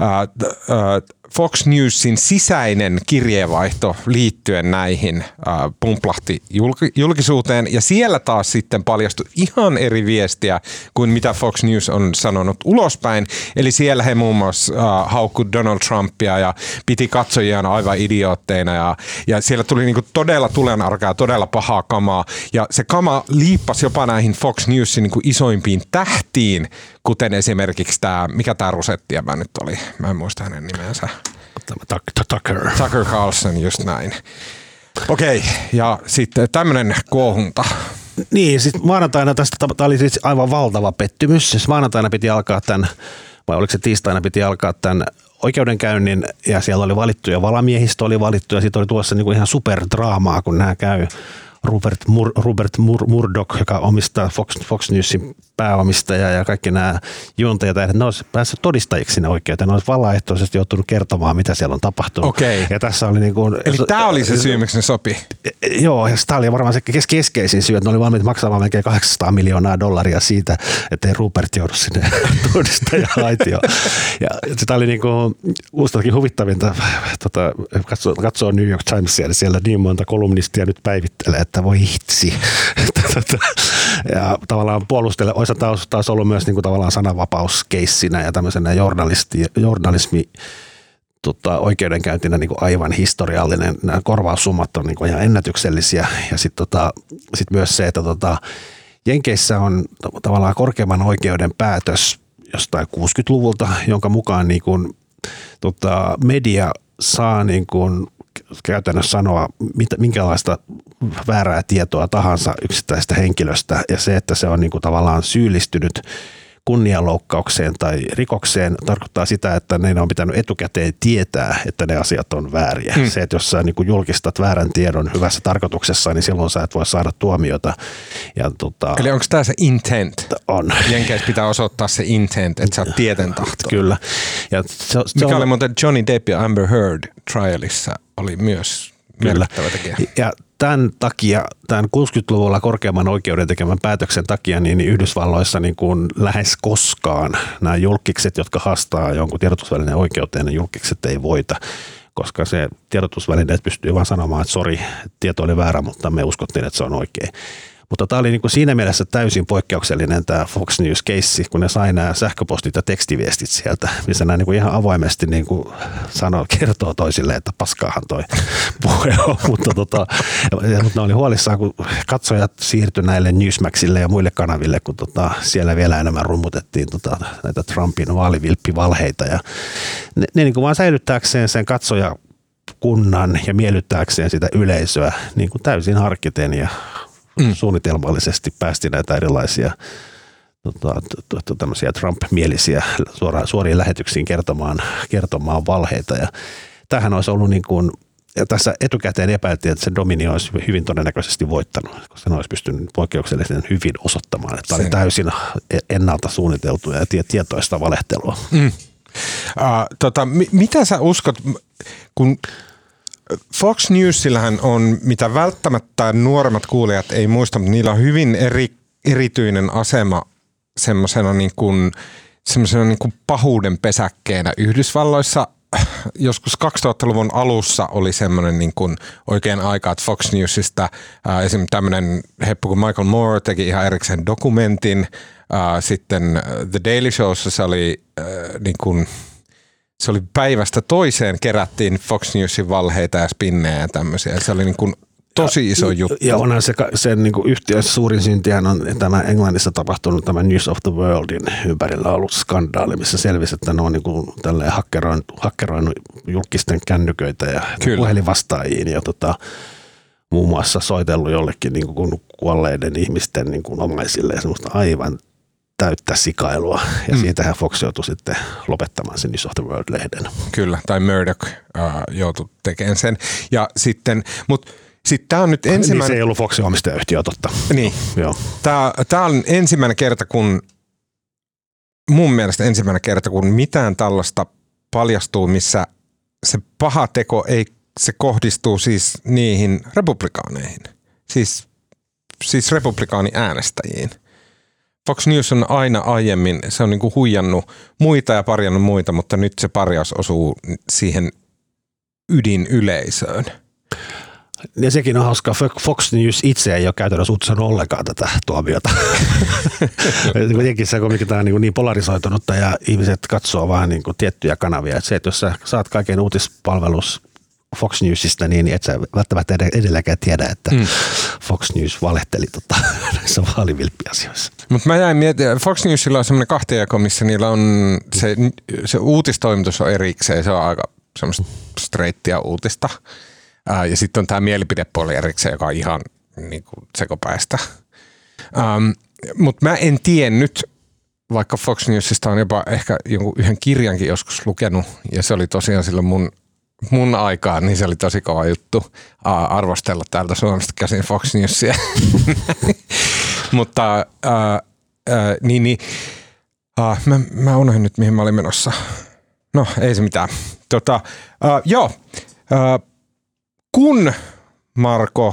Fox Newsin sisäinen kirjeenvaihto liittyen näihin pumplahti julkisuuteen, ja siellä taas sitten paljastui ihan eri viestiä kuin mitä Fox News on sanonut ulospäin. Eli siellä he muun muassa haukkui Donald Trumpia ja piti katsojiaan aivan idiootteina, ja siellä tuli niinku todella tulenarkaa, todella pahaa kamaa, ja se kama liippasi jopa näihin Fox Newsin niinku isoimpiin tähtiin, kuten esimerkiksi mikä tämä rusettiämä nyt oli, mä en muista hänen nimensä. Tucker Carlson, just näin. Okei, ja sitten tämmöinen kuohunta. Niin, siis maanantaina tämä oli siis aivan valtava pettymys. Siis maanantaina piti alkaa vai oliko se tiistaina piti alkaa tämän oikeudenkäynnin, ja siellä oli valittu ja valamiehistö oli valittu, ja siitä oli tuossa niinku ihan superdraamaa, kun nämä käy. Rupert Murdoch, joka omistaa Fox Newsin pääomistaja, ja kaikki nämä juontajat, ne olisi päässyt todistajiksi sinne oikeuteen. Ne olisi valaehtoisesti joutunut kertomaan, mitä siellä on tapahtunut. Okei. Ja tässä oli eli tämä oli se syy, miksi ne sopi? Joo, ja tämä oli varmaan se keskeisin syy, että ne oli valmiit maksamaan melkein $800 miljoonaa siitä, ettei Rupert joudu sinne todistaja-aitioon. Ja sitä oli mustakin huvittavinta katsoa New York Timesia, siellä niin monta kolumnistia nyt päivittelee, että että voi hitsi. Ja tavallaan puolustele, olisi taas ollut myös niin kuin tavallaan sananvapauskeissinä ja tämmöisenä journalismi oikeudenkäyntinä niin kuin aivan historiallinen. Nämä korvaussummat on niin kuin ihan ennätyksellisiä. Ja sitten sit myös se, että Jenkeissä on tavallaan korkeimman oikeuden päätös jostain 60-luvulta, jonka mukaan niin kuin, media saa niin kuin käytännössä sanoa minkälaista väärää tietoa tahansa yksittäisestä henkilöstä, ja se, että se on niin kuin tavallaan syyllistynyt kunnianloukkaukseen tai rikokseen, tarkoittaa sitä, että ne on pitänyt etukäteen tietää, että ne asiat on vääriä. Se, että jos sä niin kuin julkistat väärän tiedon hyvässä tarkoituksessa, niin silloin sä et voi saada tuomiota. Ja, eli onko tämä se intent? On. Jenkeissä pitää osoittaa se intent, että sä oot tietentahtoinen. Kyllä. Ja mikä oli muuten Johnny Depp ja Amber Heard trialissa oli myös merkittävä tekijä. Ja tämän takia, tämän 60-luvulla korkeamman oikeuden tekemän päätöksen takia, niin Yhdysvalloissa niin kuin lähes koskaan nämä julkikset, jotka haastaa jonkun tiedotusvälineen oikeuteen, ne julkikset ei voita, koska se tiedotusvälineet pystyy vain sanomaan, että sori, tieto oli väärä, mutta me uskottiin, että se on oikein. Mutta tämä oli niin kuin siinä mielessä täysin poikkeuksellinen tämä Fox News-keissi, kun ne sai nämä sähköpostit ja tekstiviestit sieltä, missä nämä niin kuin ihan avoimesti niin kuin kertoo toisille, että paskaahan toi puhe on. Mutta ne oli huolissaan, kun katsojat siirtyi näille Newsmaxille ja muille kanaville, kun siellä vielä enemmän rummutettiin näitä Trumpin vaalivilppivalheita. Ja ne niin kuin vaan säilyttääkseen sen katsojakunnan ja miellyttääkseen sitä yleisöä niin kuin täysin harkiten ja suunnitelmallisesti päästi näitä erilaisia tämmöisiä Trump-mielisiä suoriin lähetyksiin kertomaan valheita. Ja tämähän olisi ollut niin kuin, ja tässä etukäteen epäiltiin, että se Domini olisi hyvin todennäköisesti voittanut, koska ne olisi pystynyt poikkeuksellisen hyvin osoittamaan, että tämä oli täysin ennalta suunniteltua ja tietoista valehtelua. Mitä sä uskot, kun Fox Newsillähän on, mitä välttämättä nuoremmat kuulijat ei muista, mutta niillä on hyvin erityinen asema semmoisena niin kuin pahuuden pesäkkeenä Yhdysvalloissa. Joskus 2000-luvun alussa oli semmoinen niin kuin oikein aika, että Fox Newsista esimerkiksi tämmöinen heppu kuin Michael Moore teki ihan erikseen dokumentin. Sitten The Daily Showssa se oli niin kuin se oli päivästä toiseen kerättiin Fox Newsin valheita ja spinnejä ja tämmöisiä. Se oli niin kuin tosi iso juttu. Ja onhan sen niin kuin yhtiön suurin syntihän on tämä Englannissa tapahtunut tämä News of the Worldin ympärillä ollut skandaali, missä selvisi, että ne on niin kuin tälleen hakkeroinut julkisten kännyköitä ja puhelinvastaajiin ja muun muassa soitellut jollekin niin kuin kuolleiden ihmisten niin kuin omaisille ja semmoista aivan täyttä sikailua. Ja siitähän Fox joutui sitten lopettamaan sen News of the World-lehden. Kyllä, tai Murdoch joutui tekemään sen. Ja sitten, mutta sitten tämä on nyt ensimmäinen... Niin se ei ollut Foxin omistajayhtiö, totta. Niin. Joo. Tämä on ensimmäinen kerta, kun mun mielestä ensimmäinen kerta, kun mitään tällaista paljastuu, missä se paha teko se kohdistuu siis niihin republikaaneihin. Siis republikaaniäänestäjiin. Fox News on aina aiemmin, se on niinku huijannut muita ja parjannut muita, mutta nyt se parjaus osuu siihen ydinyleisöön. Ja sekin on hauskaa. Fox News itse ei ole käytännössä uutisoinut ollenkaan tätä tuomiota. Kuitenkin se on tämä niin polarisoitunutta ja ihmiset katsoo vaan niin kuin tiettyjä kanavia. Että se, että jos sä saat kaiken uutispalvelus Fox Newsista, niin et sä välttämättä edelläkään tiedä, että Fox News valehteli näissä vaalivilppiasioissa. Mutta mä jäin miettimään, Fox Newsilla on semmoinen kahtiajako, missä niillä on se uutistoimitus on erikseen, se on aika semmoista straighttia uutista. Ja sitten on tämä mielipidepuoli erikseen, joka on ihan niin kuin sekopäistä. Mutta mä en tiennyt, vaikka Fox Newsista on jopa ehkä jonkun yhden kirjankin joskus lukenut, ja se oli tosiaan silloin mun aikaan, niin se oli tosi kova juttu arvostella täältä Suomesta käsin Fox Newsia. Mutta mä unohdin nyt, mihin mä olin menossa. No, ei se mitään. Kun Marko,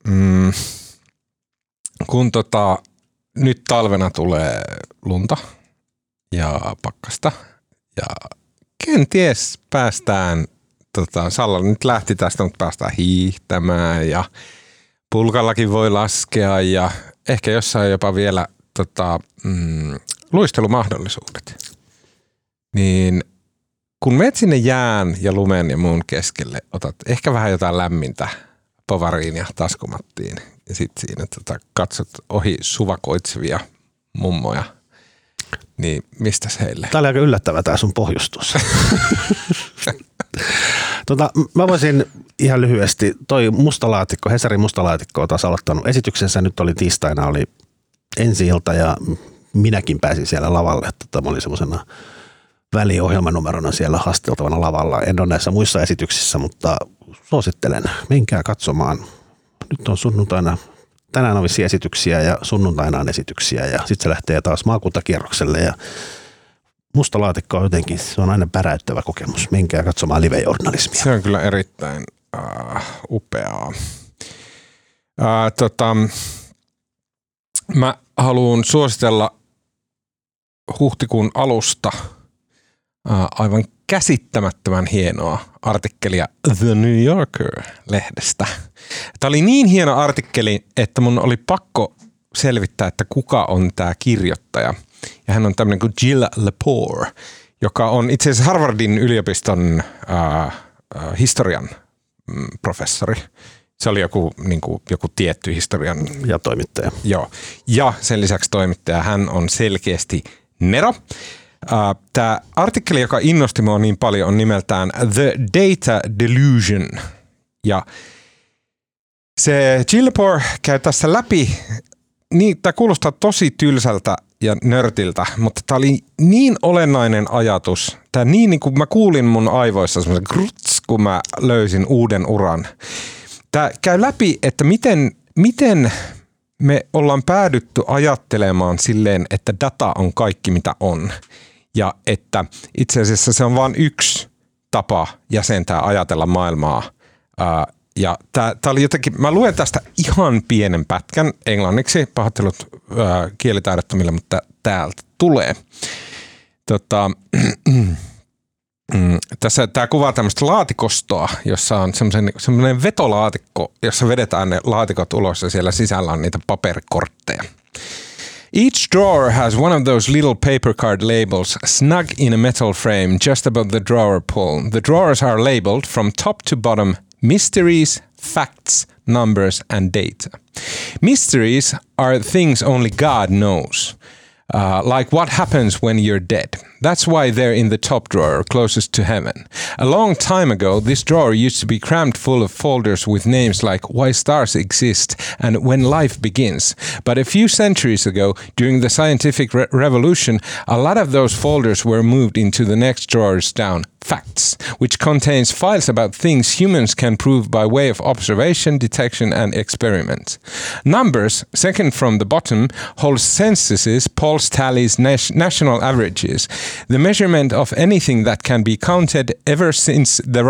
kun nyt talvena tulee lunta ja pakkasta ja kenties päästään, Salla nyt lähti tästä, mutta päästään hiihtämään ja pulkallakin voi laskea ja ehkä jossain jopa vielä luistelumahdollisuudet. Niin kun menet sinne jään ja lumen ja muun keskelle, otat ehkä vähän jotain lämmintä povariin ja taskumattiin ja sitten siinä katsot ohi suvakoitsevia mummoja, niin mistäs heille? Tämä oli aika yllättävä tämä sun pohjustus. Mä voisin ihan lyhyesti, toi mustalaatikko, Hesarin mustalaatikko on taas aloittanut esityksensä, nyt oli tiistaina, oli ensi-ilta ja minäkin pääsin siellä lavalle, että mä olin semmoisena väliohjelmanumerona siellä haasteltavana lavalla. En ole näissä muissa esityksissä, mutta suosittelen, menkää katsomaan. Nyt on sunnuntaina, tänään on vissiin esityksiä ja sunnuntaina on esityksiä ja sitten se lähtee taas maakuntakierrokselle ja musta laatikko on jotenkin, se on aina päräyttävä kokemus. Menkää katsomaan live-journalismia. Se on kyllä erittäin upeaa. Mä haluan suositella huhtikuun alusta aivan käsittämättömän hienoa artikkelia The New Yorker-lehdestä. Tämä oli niin hieno artikkeli, että mun oli pakko selvittää, että kuka on tämä kirjoittaja. Ja hän on tämmöinen kuin Jill Lepore, joka on itse asiassa Harvardin yliopiston historian professori. Se oli joku tietty historian... Ja toimittaja. Joo. Ja sen lisäksi toimittaja. Hän on selkeästi nero. Tämä artikkeli, joka innosti mua niin paljon, on nimeltään The Data Delusion. Ja se Jill Lepore käy tässä läpi. Niin, tämä kuulostaa tosi tylsältä ja nörtiltä, mutta tämä oli niin olennainen ajatus. Tämä niin kuin mä kuulin mun aivoissa semmoisen gruts, kun mä löysin uuden uran. Tämä käy läpi, että miten me ollaan päädytty ajattelemaan silleen, että data on kaikki mitä on. Ja että itse asiassa se on vain yksi tapa jäsentää ajatella maailmaa. Ja tää oli jotenkin, mä luen tästä ihan pienen pätkän englanniksi, pahoittelut kielitaidottomille, mutta täältä tulee. Tässä tämä kuvaa tämmöistä laatikostoa, jossa on semmoinen vetolaatikko, jossa vedetään ne laatikot ulos ja siellä sisällä on niitä paperikortteja. Each drawer has one of those little paper card labels snug in a metal frame just above the drawer pull. The drawers are labeled from top to bottom mysteries, facts, numbers and data. Mysteries are things only God knows. Like what happens when you're dead. That's why they're in the top drawer, closest to heaven. A long time ago, this drawer used to be crammed full of folders with names like Why Stars Exist and When Life Begins. But a few centuries ago, during the scientific revolution, a lot of those folders were moved into the next drawers down, Facts, which contains files about things humans can prove by way of observation, detection and experiment. Numbers, second from the bottom, holds censuses, polls, tallies, national averages. The measurement of anything that can be counted ever since the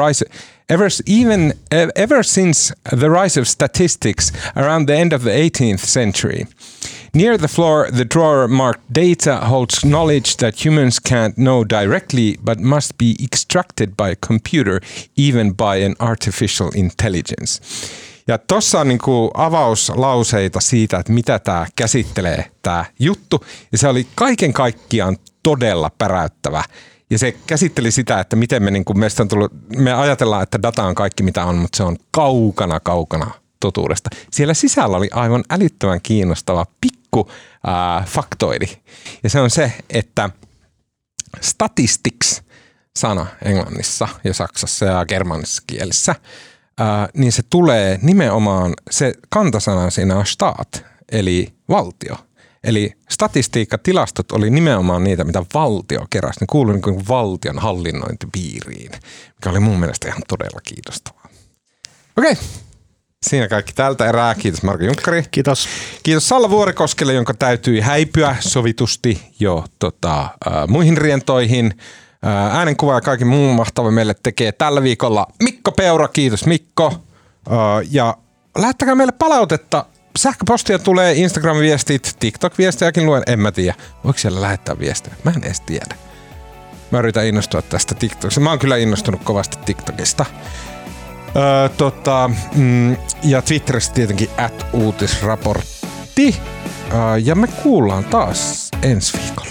rise of statistics around the end of the 18th century. Near the floor, the drawer marked data holds knowledge that humans can't know directly but must be extracted by a computer, even by an artificial intelligence. Ja tossa on niinku avauslauseita siitä, että mitä tämä käsittelee tämä juttu. Ja se oli kaiken kaikkiaan todella päräyttävä. Ja se käsitteli sitä, että miten me ajatellaan, että data on kaikki mitä on, mutta se on kaukana totuudesta. Siellä sisällä oli aivan älyttömän kiinnostava pikku faktoidi. Ja se on se, että statistics-sana englannissa ja saksassa ja germanisessa kielessä, niin se tulee nimenomaan, se kantasana siinä on stat, eli valtio. Eli statistiikkatilastot oli nimenomaan niitä, mitä valtio keräsi. Ne kuului niin kuin valtion hallinnointipiiriin, mikä oli mun mielestä ihan todella kiinnostavaa. Okei. Siinä kaikki tältä erää. Kiitos Marko Junkkari. Kiitos. Kiitos Salla Vuorikoskelle, jonka täytyi häipyä sovitusti jo muihin rientoihin. Äänenkuva ja kaikki muun mahtava meille tekee tällä viikolla Mikko Peura. Kiitos Mikko. Ja lähettäkää meille palautetta. Sähköpostia tulee, Instagram-viestit, TikTok-viestejäkin luen. En mä tiedä. Voiko siellä lähettää viestejä? Mä en edes tiedä. Mä yritän innostua tästä TikTokista. Mä oon kyllä innostunut kovasti TikTokista. Ja Twitterissä tietenkin @uutisraportti. Ja me kuullaan taas ensi viikolla.